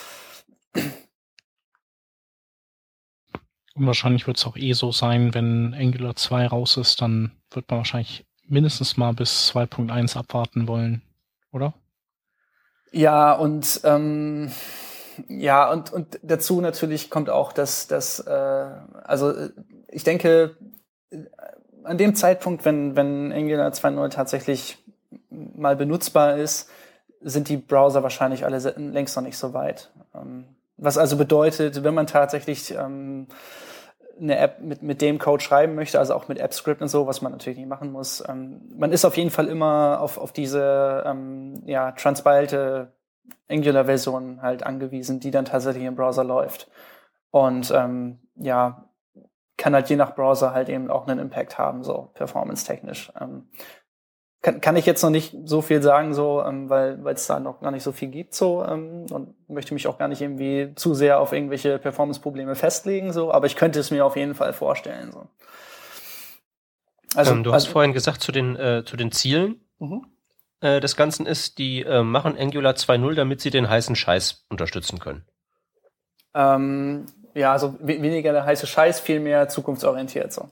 Und wahrscheinlich wird es auch eh so sein, wenn Angular zwei raus ist, dann wird man wahrscheinlich mindestens mal bis zwei Punkt eins abwarten wollen, oder? Ja, und ähm, ja, und und dazu natürlich kommt auch, dass dass äh, also ich denke, an dem Zeitpunkt, wenn wenn Angular zwei Punkt null tatsächlich mal benutzbar ist, sind die Browser wahrscheinlich alle längst noch nicht so weit. Ähm, was also bedeutet, wenn man tatsächlich ähm, eine App mit mit dem Code schreiben möchte, also auch mit AppScript und so, was man natürlich nicht machen muss. Ähm, man ist auf jeden Fall immer auf auf diese ähm, ja transpilte Angular-Version halt angewiesen, die dann tatsächlich im Browser läuft. Und ähm, ja, kann halt je nach Browser halt eben auch einen Impact haben, so performance-technisch. Ähm, kann, kann ich jetzt noch nicht so viel sagen, so, ähm, weil weil es da noch gar nicht so viel gibt, so, ähm, und möchte mich auch gar nicht irgendwie zu sehr auf irgendwelche Performance-Probleme festlegen, so, aber ich könnte es mir auf jeden Fall vorstellen, so. Also, ähm, du hast also, vorhin gesagt zu den äh, zu den Zielen mhm. äh, des Ganzen ist, die äh, machen Angular zwei Punkt null, damit sie den heißen Scheiß unterstützen können. Ähm, ja, also we- weniger der heiße Scheiß, viel mehr zukunftsorientiert, so.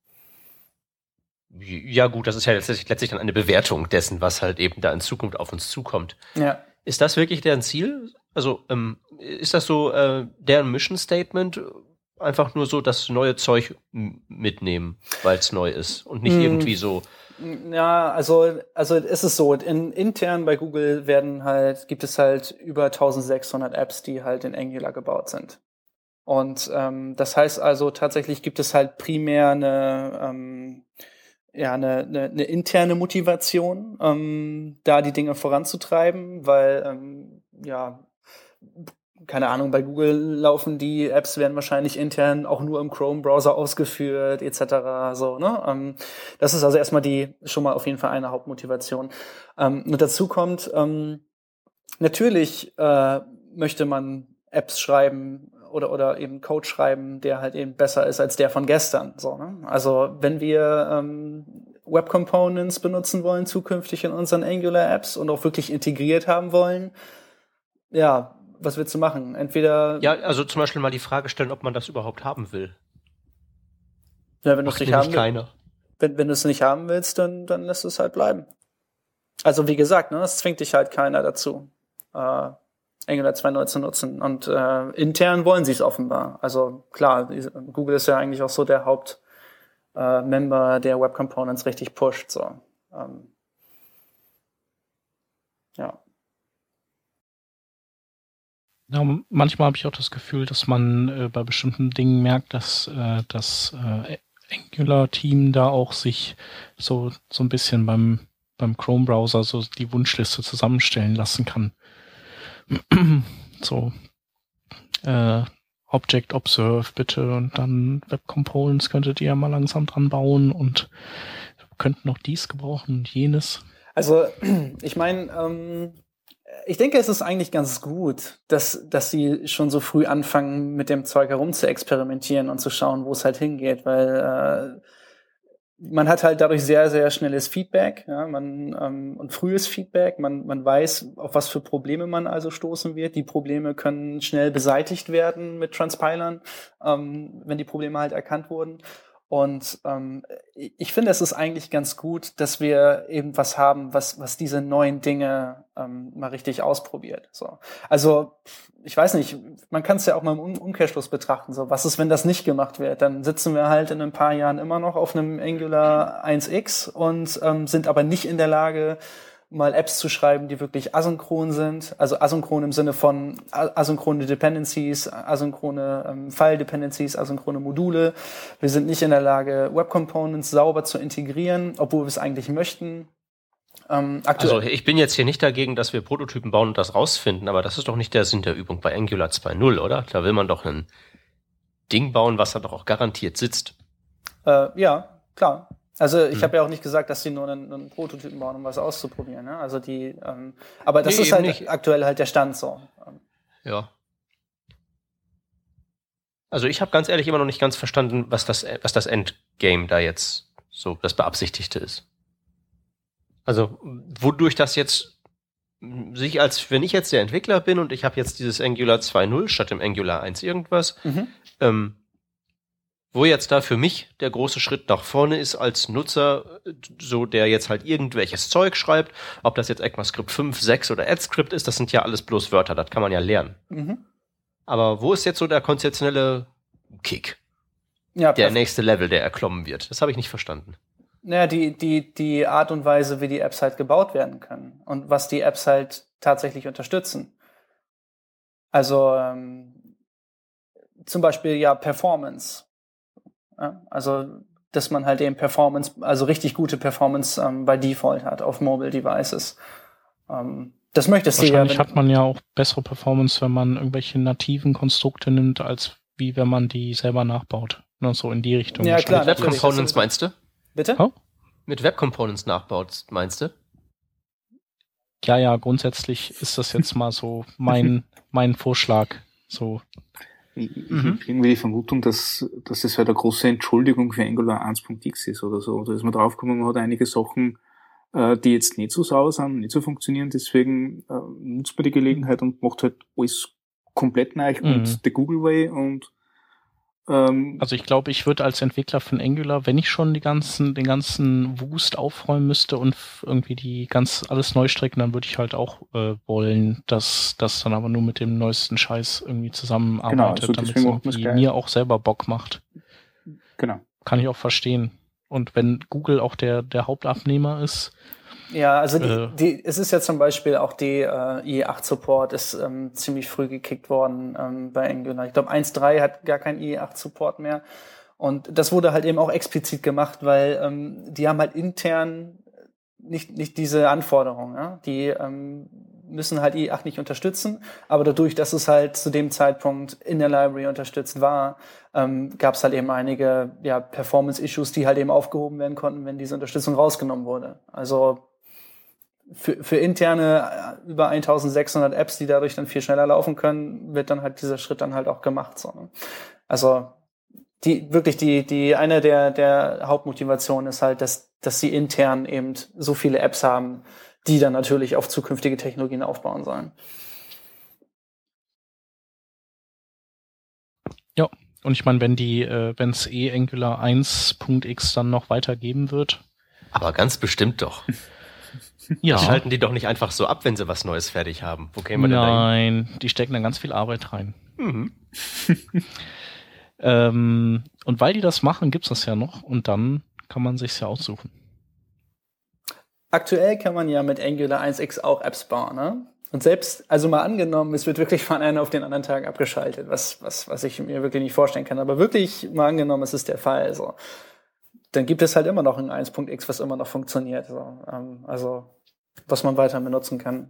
Ja gut, das ist ja letztlich, letztlich dann eine Bewertung dessen, was halt eben da in Zukunft auf uns zukommt. Ja. Ist das wirklich deren Ziel? Also ähm, ist das so äh, deren Mission Statement? Einfach nur so das neue Zeug m- mitnehmen, weil es neu ist und nicht mm. irgendwie so. Ja, also also ist es so, in, intern bei Google werden halt gibt es halt über eintausendsechshundert Apps, die halt in Angular gebaut sind. Und ähm, das heißt also tatsächlich gibt es halt primär eine ähm, ja, eine, eine, eine interne Motivation, ähm, da die Dinge voranzutreiben, weil, ähm, ja, keine Ahnung, bei Google laufen die Apps, werden wahrscheinlich intern auch nur im Chrome-Browser ausgeführt, et cetera. So, ne? Ähm, das ist also erstmal die, schon mal auf jeden Fall eine Hauptmotivation. Ähm, und dazu kommt, ähm, natürlich äh, möchte man Apps schreiben, oder oder eben Code schreiben, der halt eben besser ist als der von gestern. So, ne? Also wenn wir ähm, Web Components benutzen wollen zukünftig in unseren Angular Apps und auch wirklich integriert haben wollen, ja, was willst du machen? Entweder ja, also zum Beispiel mal die Frage stellen, ob man das überhaupt haben will. Ja, wenn du es nicht haben willst, wenn wenn du es nicht haben willst, dann dann lässt es halt bleiben. Also wie gesagt, ne, es zwingt dich halt keiner dazu. Äh, Angular zwei Punkt null zu nutzen. Und äh, intern wollen sie es offenbar. Also klar, Google ist ja eigentlich auch so der Hauptmember, äh, der Web Components richtig pusht. So. Ähm, ja. Ja, manchmal habe ich auch das Gefühl, dass man äh, bei bestimmten Dingen merkt, dass äh, das äh, Angular-Team da auch sich so so ein bisschen beim beim Chrome-Browser so die Wunschliste zusammenstellen lassen kann. So, äh, Object Observe bitte und dann Web Components könntet ihr ja mal langsam dran bauen und könnten noch dies gebrauchen und jenes. Also, ich meine, ähm, ich denke, es ist eigentlich ganz gut, dass, dass sie schon so früh anfangen, mit dem Zeug herum zu experimentieren und zu schauen, wo es halt hingeht, weil äh, man hat halt dadurch sehr, sehr schnelles Feedback, ja, man ähm, und frühes Feedback. Man man weiß, auf was für Probleme man also stoßen wird. Die Probleme können schnell beseitigt werden mit Transpilern, ähm, wenn die Probleme halt erkannt wurden. Und ähm, ich finde, es ist eigentlich ganz gut, dass wir eben was haben, was was diese neuen Dinge ähm, mal richtig ausprobiert. So, also ich weiß nicht, man kann es ja auch mal im um- Umkehrschluss betrachten. So, was ist, wenn das nicht gemacht wird? Dann sitzen wir halt in ein paar Jahren immer noch auf einem Angular eins x und ähm, sind aber nicht in der Lage, mal Apps zu schreiben, die wirklich asynchron sind, also asynchron im Sinne von asynchrone Dependencies, asynchrone ähm, File-Dependencies, asynchrone Module. Wir sind nicht in der Lage, Web-Components sauber zu integrieren, obwohl wir es eigentlich möchten. Ähm, also ich bin jetzt hier nicht dagegen, dass wir Prototypen bauen und das rausfinden, aber das ist doch nicht der Sinn der Übung bei Angular zwei Punkt null, oder? Da will man doch ein Ding bauen, was da doch auch garantiert sitzt. Äh, ja, klar. Also ich hm. habe ja auch nicht gesagt, dass sie nur einen, einen Prototypen bauen, um was auszuprobieren. Ne? Also die, ähm, aber das nee, ist halt nicht. Aktuell halt der Stand so. Ja. Also ich habe ganz ehrlich immer noch nicht ganz verstanden, was das, was das Endgame da jetzt so das Beabsichtigte ist. Also wodurch das jetzt sich als, wenn ich jetzt der Entwickler bin und ich habe jetzt dieses Angular zwei Punkt null statt dem Angular eins irgendwas, mhm. ähm, wo jetzt da für mich der große Schritt nach vorne ist als Nutzer, so der jetzt halt irgendwelches Zeug schreibt, ob das jetzt ECMAScript fünf, sechs oder AdScript ist, das sind ja alles bloß Wörter, das kann man ja lernen. Mhm. Aber wo ist jetzt so der konzeptionelle Kick? Ja, der nächste Level, der erklommen wird? Das habe ich nicht verstanden. Naja, die, die, die Art und Weise, wie die Apps halt gebaut werden können und was die Apps halt tatsächlich unterstützen. Also ähm, zum Beispiel ja Performance. Ja, also, dass man halt eben Performance, also richtig gute Performance ähm, bei Default hat auf Mobile Devices. Ähm, das möchtest du ja. Wahrscheinlich hat man ja auch bessere Performance, wenn man irgendwelche nativen Konstrukte nimmt, als wie wenn man die selber nachbaut. Nur so in die Richtung. Ja, klar. Mit Web Components meinst du? Bitte? Oh? Mit Web Components nachbaut, meinst du? Ja, ja, grundsätzlich ist das jetzt mal so mein, mein Vorschlag. So. Ich, ich mhm. habe irgendwie die Vermutung, dass, dass das halt eine große Entschuldigung für Angular eins Punkt x ist oder so. Da ist man draufgekommen, man hat einige Sachen, äh, die jetzt nicht so sauber sind, nicht so funktionieren, deswegen äh, nutzt man die Gelegenheit und macht halt alles komplett neu mhm. und the Google Way und ähm, also ich glaube, ich würde als Entwickler von Angular, wenn ich schon die ganzen, den ganzen Wust aufräumen müsste und irgendwie die ganz alles neu strecken, dann würde ich halt auch äh, wollen, dass das dann aber nur mit dem neuesten Scheiß irgendwie zusammenarbeitet, genau, also damit es irgendwie mir auch selber Bock macht. Genau. Kann ich auch verstehen. Und wenn Google auch der der Hauptabnehmer ist. Ja, also die, äh, die, es ist ja zum Beispiel auch die äh, I E acht Support ist ähm, ziemlich früh gekickt worden ähm, bei Angular. Ich glaube eins Punkt drei hat gar keinen I E acht Support mehr. Und das wurde halt eben auch explizit gemacht, weil ähm, die haben halt intern nicht nicht diese Anforderungen. Ja? Die ähm, müssen halt I E acht nicht unterstützen, aber dadurch, dass es halt zu dem Zeitpunkt in der Library unterstützt war, ähm, gab es halt eben einige ja, Performance-Issues, die halt eben aufgehoben werden konnten, wenn diese Unterstützung rausgenommen wurde. Also für, für interne äh, über eintausendsechshundert Apps, die dadurch dann viel schneller laufen können, wird dann halt dieser Schritt dann halt auch gemacht. So, ne? Also die wirklich die die eine der der Hauptmotivationen ist halt, dass dass sie intern eben so viele Apps haben, die dann natürlich auf zukünftige Technologien aufbauen sollen. Ja, und ich meine, wenn die, äh, wenn es eh Angular eins Punkt x dann noch weitergeben wird. Aber ganz bestimmt doch. Ja. Das schalten die doch nicht einfach so ab, wenn sie was Neues fertig haben. Wo kämen wir denn Nein, dahin? Die stecken da ganz viel Arbeit rein. Mhm. ähm, und weil die das machen, gibt's das ja noch und dann kann man sich's ja aussuchen. Aktuell kann man ja mit Angular eins X auch Apps bauen, ne? Und selbst, also mal angenommen, es wird wirklich von einem auf den anderen Tag abgeschaltet, was, was, was ich mir wirklich nicht vorstellen kann. Aber wirklich mal angenommen, es ist der Fall, so. Dann gibt es halt immer noch ein eins Punkt x, was immer noch funktioniert, so. Ähm, also, was man weiter benutzen kann.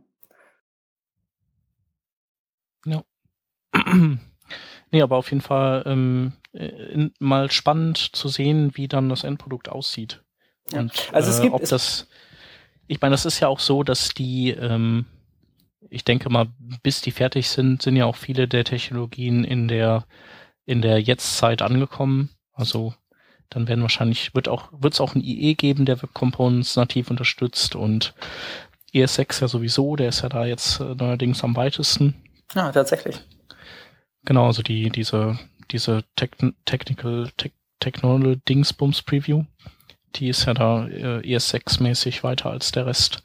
Ja. Nee, aber auf jeden Fall ähm, in, mal spannend zu sehen, wie dann das Endprodukt aussieht. Ja. Und also es gibt, äh, ob das, ich meine, das ist ja auch so, dass die, ähm, ich denke mal, bis die fertig sind, sind ja auch viele der Technologien in der in der Jetztzeit angekommen. Also dann werden wahrscheinlich, wird auch, wird es auch ein I E geben, der Web Components nativ unterstützt und E S sechs ja sowieso, der ist ja da jetzt äh, neuerdings am weitesten. Ja, tatsächlich. Genau, also die, diese, diese Techn- Technical, Te- Technology Dingsbums Preview. Die ist ja da äh, E S sechs mäßig weiter als der Rest.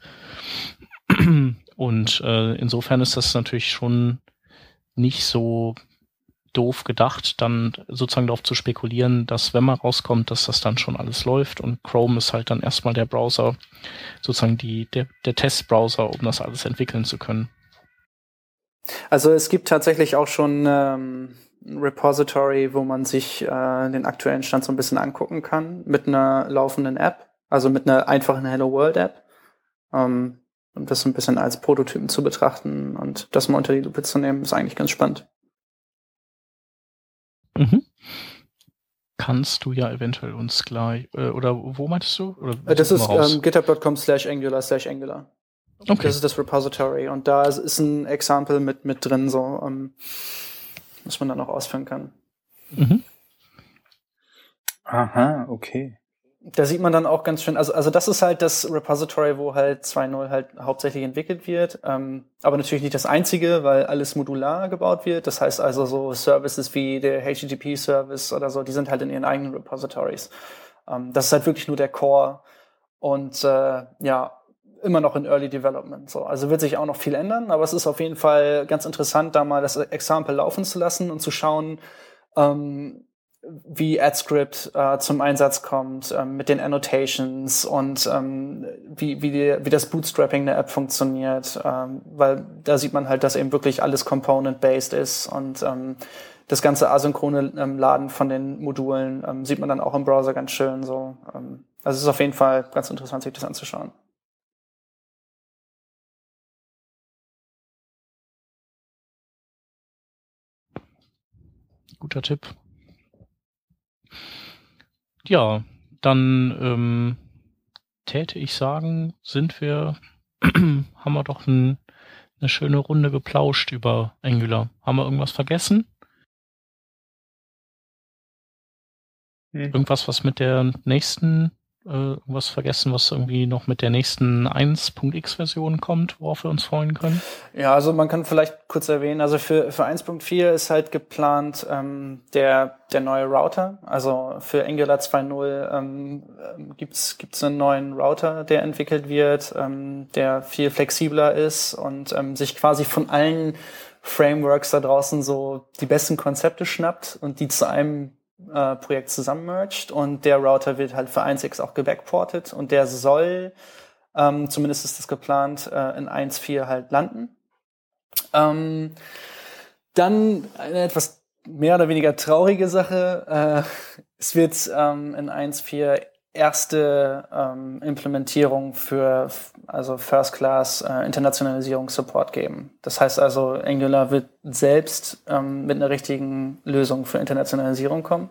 Und äh, insofern ist das natürlich schon nicht so doof gedacht, dann sozusagen darauf zu spekulieren, dass wenn man rauskommt, dass das dann schon alles läuft, und Chrome ist halt dann erstmal der Browser, sozusagen die der, der Testbrowser, um das alles entwickeln zu können. Also es gibt tatsächlich auch schon ähm, ein Repository, wo man sich äh, den aktuellen Stand so ein bisschen angucken kann, mit einer laufenden App, also mit einer einfachen Hello World App, ähm, um das so ein bisschen als Prototypen zu betrachten und das mal unter die Lupe zu nehmen, ist eigentlich ganz spannend. Mhm. Kannst du ja eventuell uns gleich, äh, oder wo meintest du? Oder das ist ähm, github.com slash angular slash angular. Okay. Das ist das Repository und da ist ein Example mit, mit drin, so, ähm, was man dann auch ausführen kann. Mhm. Aha, okay. Da sieht man dann auch ganz schön, also also das ist halt das Repository, wo halt zwei Punkt null halt hauptsächlich entwickelt wird, ähm, aber natürlich nicht das einzige, weil alles modular gebaut wird. Das heißt also so Services wie der H T T P-Service oder so, die sind halt in ihren eigenen Repositories. Ähm, das ist halt wirklich nur der Core und äh, ja, immer noch in Early Development. So. Also wird sich auch noch viel ändern, aber es ist auf jeden Fall ganz interessant, da mal das Example laufen zu lassen und zu schauen, ähm, wie AdScript äh, zum Einsatz kommt, ähm, mit den Annotations und ähm, wie, wie, die, wie das Bootstrapping der App funktioniert, ähm, weil da sieht man halt, dass eben wirklich alles Component-based ist und ähm, das ganze asynchrone ähm, Laden von den Modulen ähm, sieht man dann auch im Browser ganz schön. So. Ähm, also es ist auf jeden Fall ganz interessant, sich das anzuschauen. Guter Tipp. Ja, dann ähm, täte ich sagen, sind wir, haben wir doch ein, eine schöne Runde geplauscht über Angular. Haben wir irgendwas vergessen? Hm. Irgendwas, was mit der nächsten, äh, irgendwas vergessen, was irgendwie noch mit der nächsten eins Punkt x Version kommt, worauf wir uns freuen können? Ja, also man kann vielleicht kurz erwähnen, also für, für eins Punkt vier ist halt geplant ähm, der, der neue Router. Also für Angular zwei Punkt null ähm, gibt's, gibt's einen neuen Router, der entwickelt wird, ähm, der viel flexibler ist und ähm, sich quasi von allen Frameworks da draußen so die besten Konzepte schnappt und die zu einem äh, Projekt zusammenmerged. Und der Router wird halt für eins Punkt x auch gebackportet und der soll, ähm, zumindest ist das geplant, äh, in eins Punkt vier halt landen. Ähm, dann eine etwas mehr oder weniger traurige Sache. Äh, es wird ähm, in eins Punkt vier erste ähm, Implementierung für also First Class äh, Internationalisierungssupport geben. Das heißt also, Angular wird selbst ähm, mit einer richtigen Lösung für Internationalisierung kommen.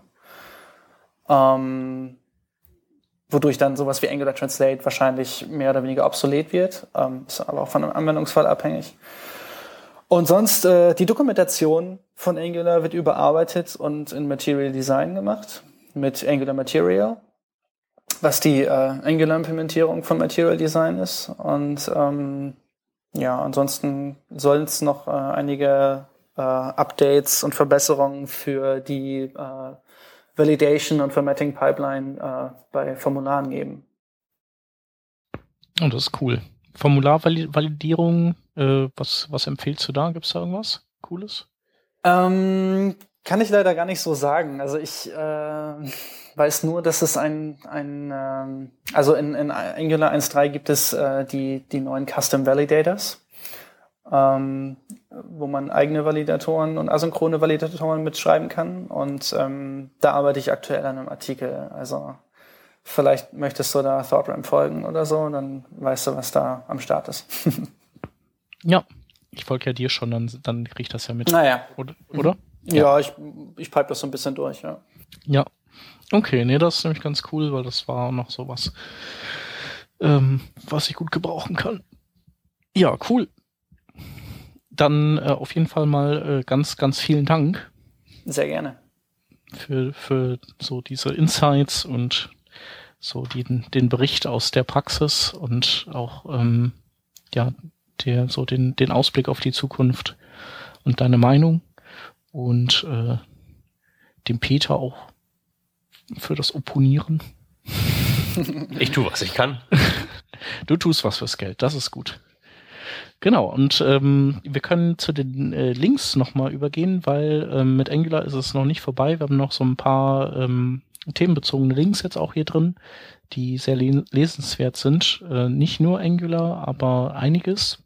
Ähm, wodurch dann sowas wie Angular Translate wahrscheinlich mehr oder weniger obsolet wird. Ähm, ist aber auch von einem Anwendungsfall abhängig. Und sonst, äh, die Dokumentation von Angular wird überarbeitet und in Material Design gemacht, mit Angular Material, was die äh, Angular-Implementierung von Material Design ist. Und ähm, ja, ansonsten sollen es noch äh, einige äh, Updates und Verbesserungen für die äh, Validation und Formatting Pipeline äh, bei Formularen geben. Oh, das ist cool. Formularvalidierung, äh, was, was empfiehlst du da? Gibt es da irgendwas Cooles? Ähm, kann ich leider gar nicht so sagen. Also ich äh, weiß nur, dass es ein, ein ähm, also in, in Angular eins Punkt drei gibt es äh, die, die neuen Custom Validators, ähm, wo man eigene Validatoren und asynchrone Validatoren mitschreiben kann. Und ähm, da arbeite ich aktuell an einem Artikel. Also vielleicht möchtest du da ThoughtRamp folgen oder so, dann weißt du, was da am Start ist. Ja, ich folge ja dir schon, dann, dann krieg ich das ja mit. Naja. Oder? oder? Ja, ja, ich, ich pipe das so ein bisschen durch, ja. Ja. Okay, nee, das ist nämlich ganz cool, weil das war noch sowas, ähm, was ich gut gebrauchen kann. Ja, cool. Dann äh, auf jeden Fall mal äh, ganz, ganz vielen Dank. Sehr gerne. Für, für so diese Insights und so den, den Bericht aus der Praxis und auch ähm, ja, der, so den, den Ausblick auf die Zukunft und deine Meinung. Und äh, dem Peter auch für das Opponieren. Ich tue, was ich kann. Du tust was fürs Geld, das ist gut. Genau, und ähm, wir können zu den äh, Links nochmal übergehen, weil ähm, mit Angular ist es noch nicht vorbei. Wir haben noch so ein paar ähm, themenbezogene Links jetzt auch hier drin, die sehr le- lesenswert sind. Äh, nicht nur Angular, aber einiges.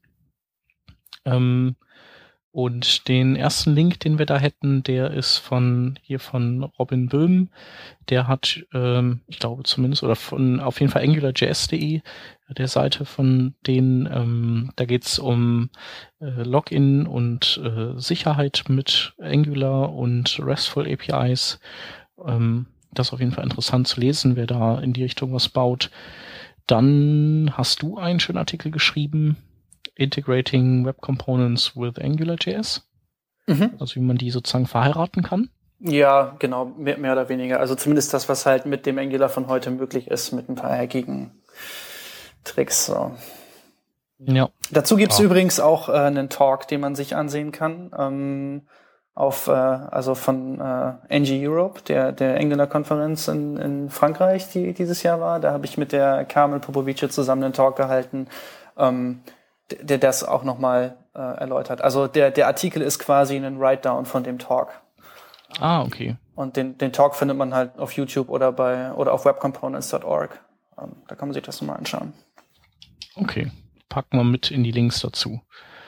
Ähm, und den ersten Link, den wir da hätten, der ist von hier von Robin Böhm. Der hat, ähm, ich glaube zumindest, oder von auf jeden Fall angularjs punkt de, der Seite von denen. Ähm, da geht's um äh, Login und äh, Sicherheit mit Angular und RESTful A P Is. Ähm, das ist auf jeden Fall interessant zu lesen, wer da in die Richtung was baut. Dann hast du einen schönen Artikel geschrieben, Integrating Web Components with AngularJS. Mhm. Also wie man die sozusagen verheiraten kann. Ja, genau, mehr, mehr oder weniger. Also zumindest das, was halt mit dem Angular von heute möglich ist, mit ein paar hackigen Tricks. So. Ja. Dazu gibt's ja. übrigens auch äh, einen Talk, den man sich ansehen kann, ähm, auf, äh, also von äh, N G Europe, der, der Angular-Konferenz in, in Frankreich, die dieses Jahr war. Da habe ich mit der Carmel Popovice zusammen einen Talk gehalten, ähm, der das auch nochmal äh, erläutert. Also der, der Artikel ist quasi ein Write-Down von dem Talk. Ah, okay. Und den, den Talk findet man halt auf YouTube oder bei oder auf webcomponents punkt org. Ähm, da kann man sich das nochmal anschauen. Okay, packen wir mit in die Links dazu.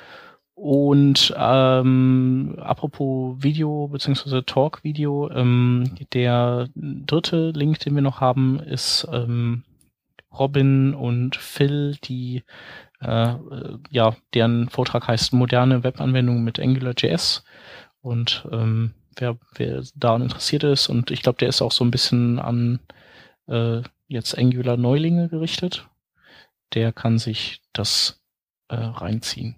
Und ähm, apropos Video bzw. Talk-Video, ähm, der dritte Link, den wir noch haben, ist ähm, Robin und Phil, die äh, ja, deren Vortrag heißt Moderne Webanwendungen mit AngularJS. Und ähm, wer, wer daran interessiert ist, und ich glaube, der ist auch so ein bisschen an äh, jetzt Angular-Neulinge gerichtet, der kann sich das äh, reinziehen.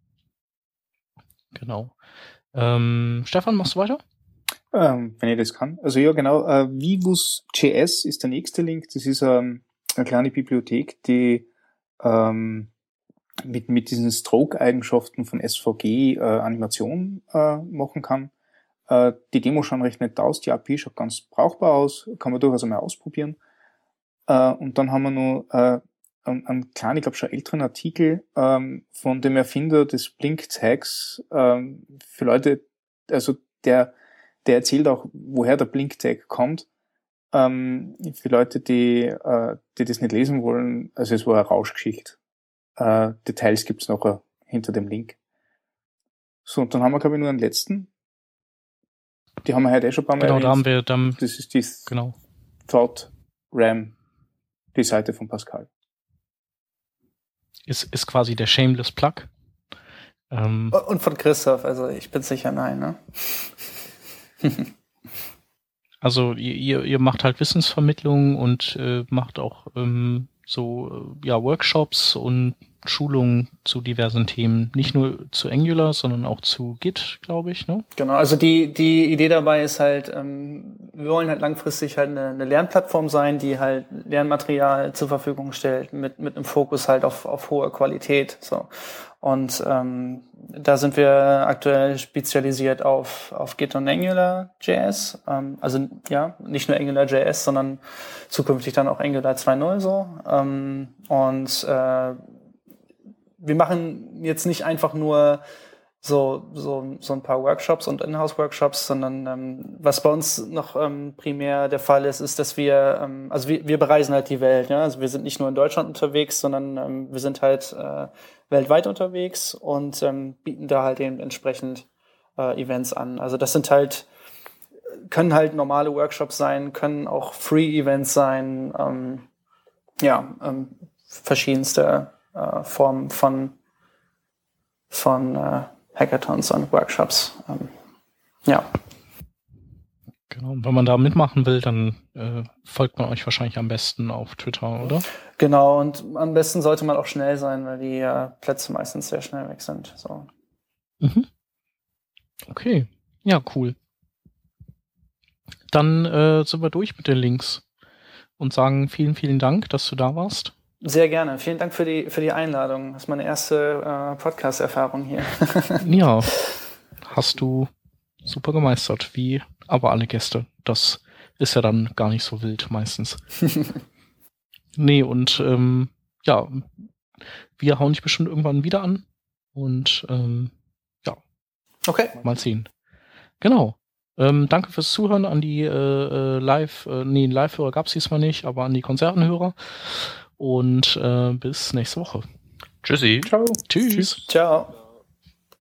Genau. Ähm, Stefan, machst du weiter? Ähm, wenn ich das kann. Also ja, genau. Äh, Vivus.js ist der nächste Link. Das ist ähm, eine kleine Bibliothek, die ähm, mit mit diesen Stroke-Eigenschaften von S V G äh, Animation äh, machen kann. Äh, die Demo schaut recht nett aus. Die A P I schaut ganz brauchbar aus. Kann man durchaus einmal ausprobieren. Äh, und dann haben wir noch äh, einen, einen kleinen, ich glaube schon älteren Artikel ähm, von dem Erfinder des Blink-Tags ähm, für Leute, also der der erzählt auch, woher der Blink-Tag kommt. Ähm, für Leute, die äh, die das nicht lesen wollen, also es war eine Rauschgeschichte. Äh, Details gibt's noch äh, hinter dem Link. So, und dann haben wir, glaube ich, nur einen letzten. Die haben wir heute eh schon ein paar Mal Genau, erwähnt. da haben wir dann... Das ist die genau. Thought RAM, die Seite von Pascal. Ist, ist quasi der Shameless Plug. Ähm, Und von Christoph, also ich bin sicher nein, ne? Also ihr, ihr macht halt Wissensvermittlung und äh, macht auch ähm, so ja Workshops und Schulungen zu diversen Themen. Nicht nur zu Angular, sondern auch zu Git, glaube ich, ne? Genau, also die die Idee dabei ist halt, ähm, wir wollen halt langfristig halt eine, eine Lernplattform sein, die halt Lernmaterial zur Verfügung stellt, mit mit einem Fokus halt auf auf hohe Qualität. So. Und ähm, da sind wir aktuell spezialisiert auf auf Git und AngularJS. Ähm, also ja, nicht nur AngularJS, sondern zukünftig dann auch Angular zwei Punkt null so. Ähm, und äh, wir machen jetzt nicht einfach nur so so so ein paar Workshops und Inhouse-Workshops, sondern ähm, was bei uns noch ähm, primär der Fall ist, ist, dass wir ähm, also wir, wir bereisen halt die Welt, ja, also wir sind nicht nur in Deutschland unterwegs, sondern ähm, wir sind halt äh, weltweit unterwegs und ähm, bieten da halt eben entsprechend äh, Events an. Also das sind halt können halt normale Workshops sein, können auch Free-Events sein, ähm, ja ähm, verschiedenste äh, Formen von von äh, Hackathons und Workshops. Ähm, ja. Genau. Wenn man da mitmachen will, dann äh, folgt man euch wahrscheinlich am besten auf Twitter, oder? Genau, und am besten sollte man auch schnell sein, weil die äh, Plätze meistens sehr schnell weg sind. So. Mhm. Okay, ja, cool. Dann äh, sind wir durch mit den Links und sagen vielen, vielen Dank, dass du da warst. Sehr gerne. Vielen Dank für die für die Einladung. Das ist meine erste äh, Podcast-Erfahrung hier. Ja, hast du super gemeistert, wie aber alle Gäste das ist ja dann gar nicht so wild meistens. Nee, und ähm, ja, wir hauen dich bestimmt irgendwann wieder an. Und ähm, ja. Okay. Mal sehen. Genau. Ähm, danke fürs Zuhören an die äh, Live, äh, nee, Live-Hörer gab es diesmal nicht, aber an die Konzertenhörer. Und äh, bis nächste Woche. Tschüssi. Ciao. Tschüss. Ciao.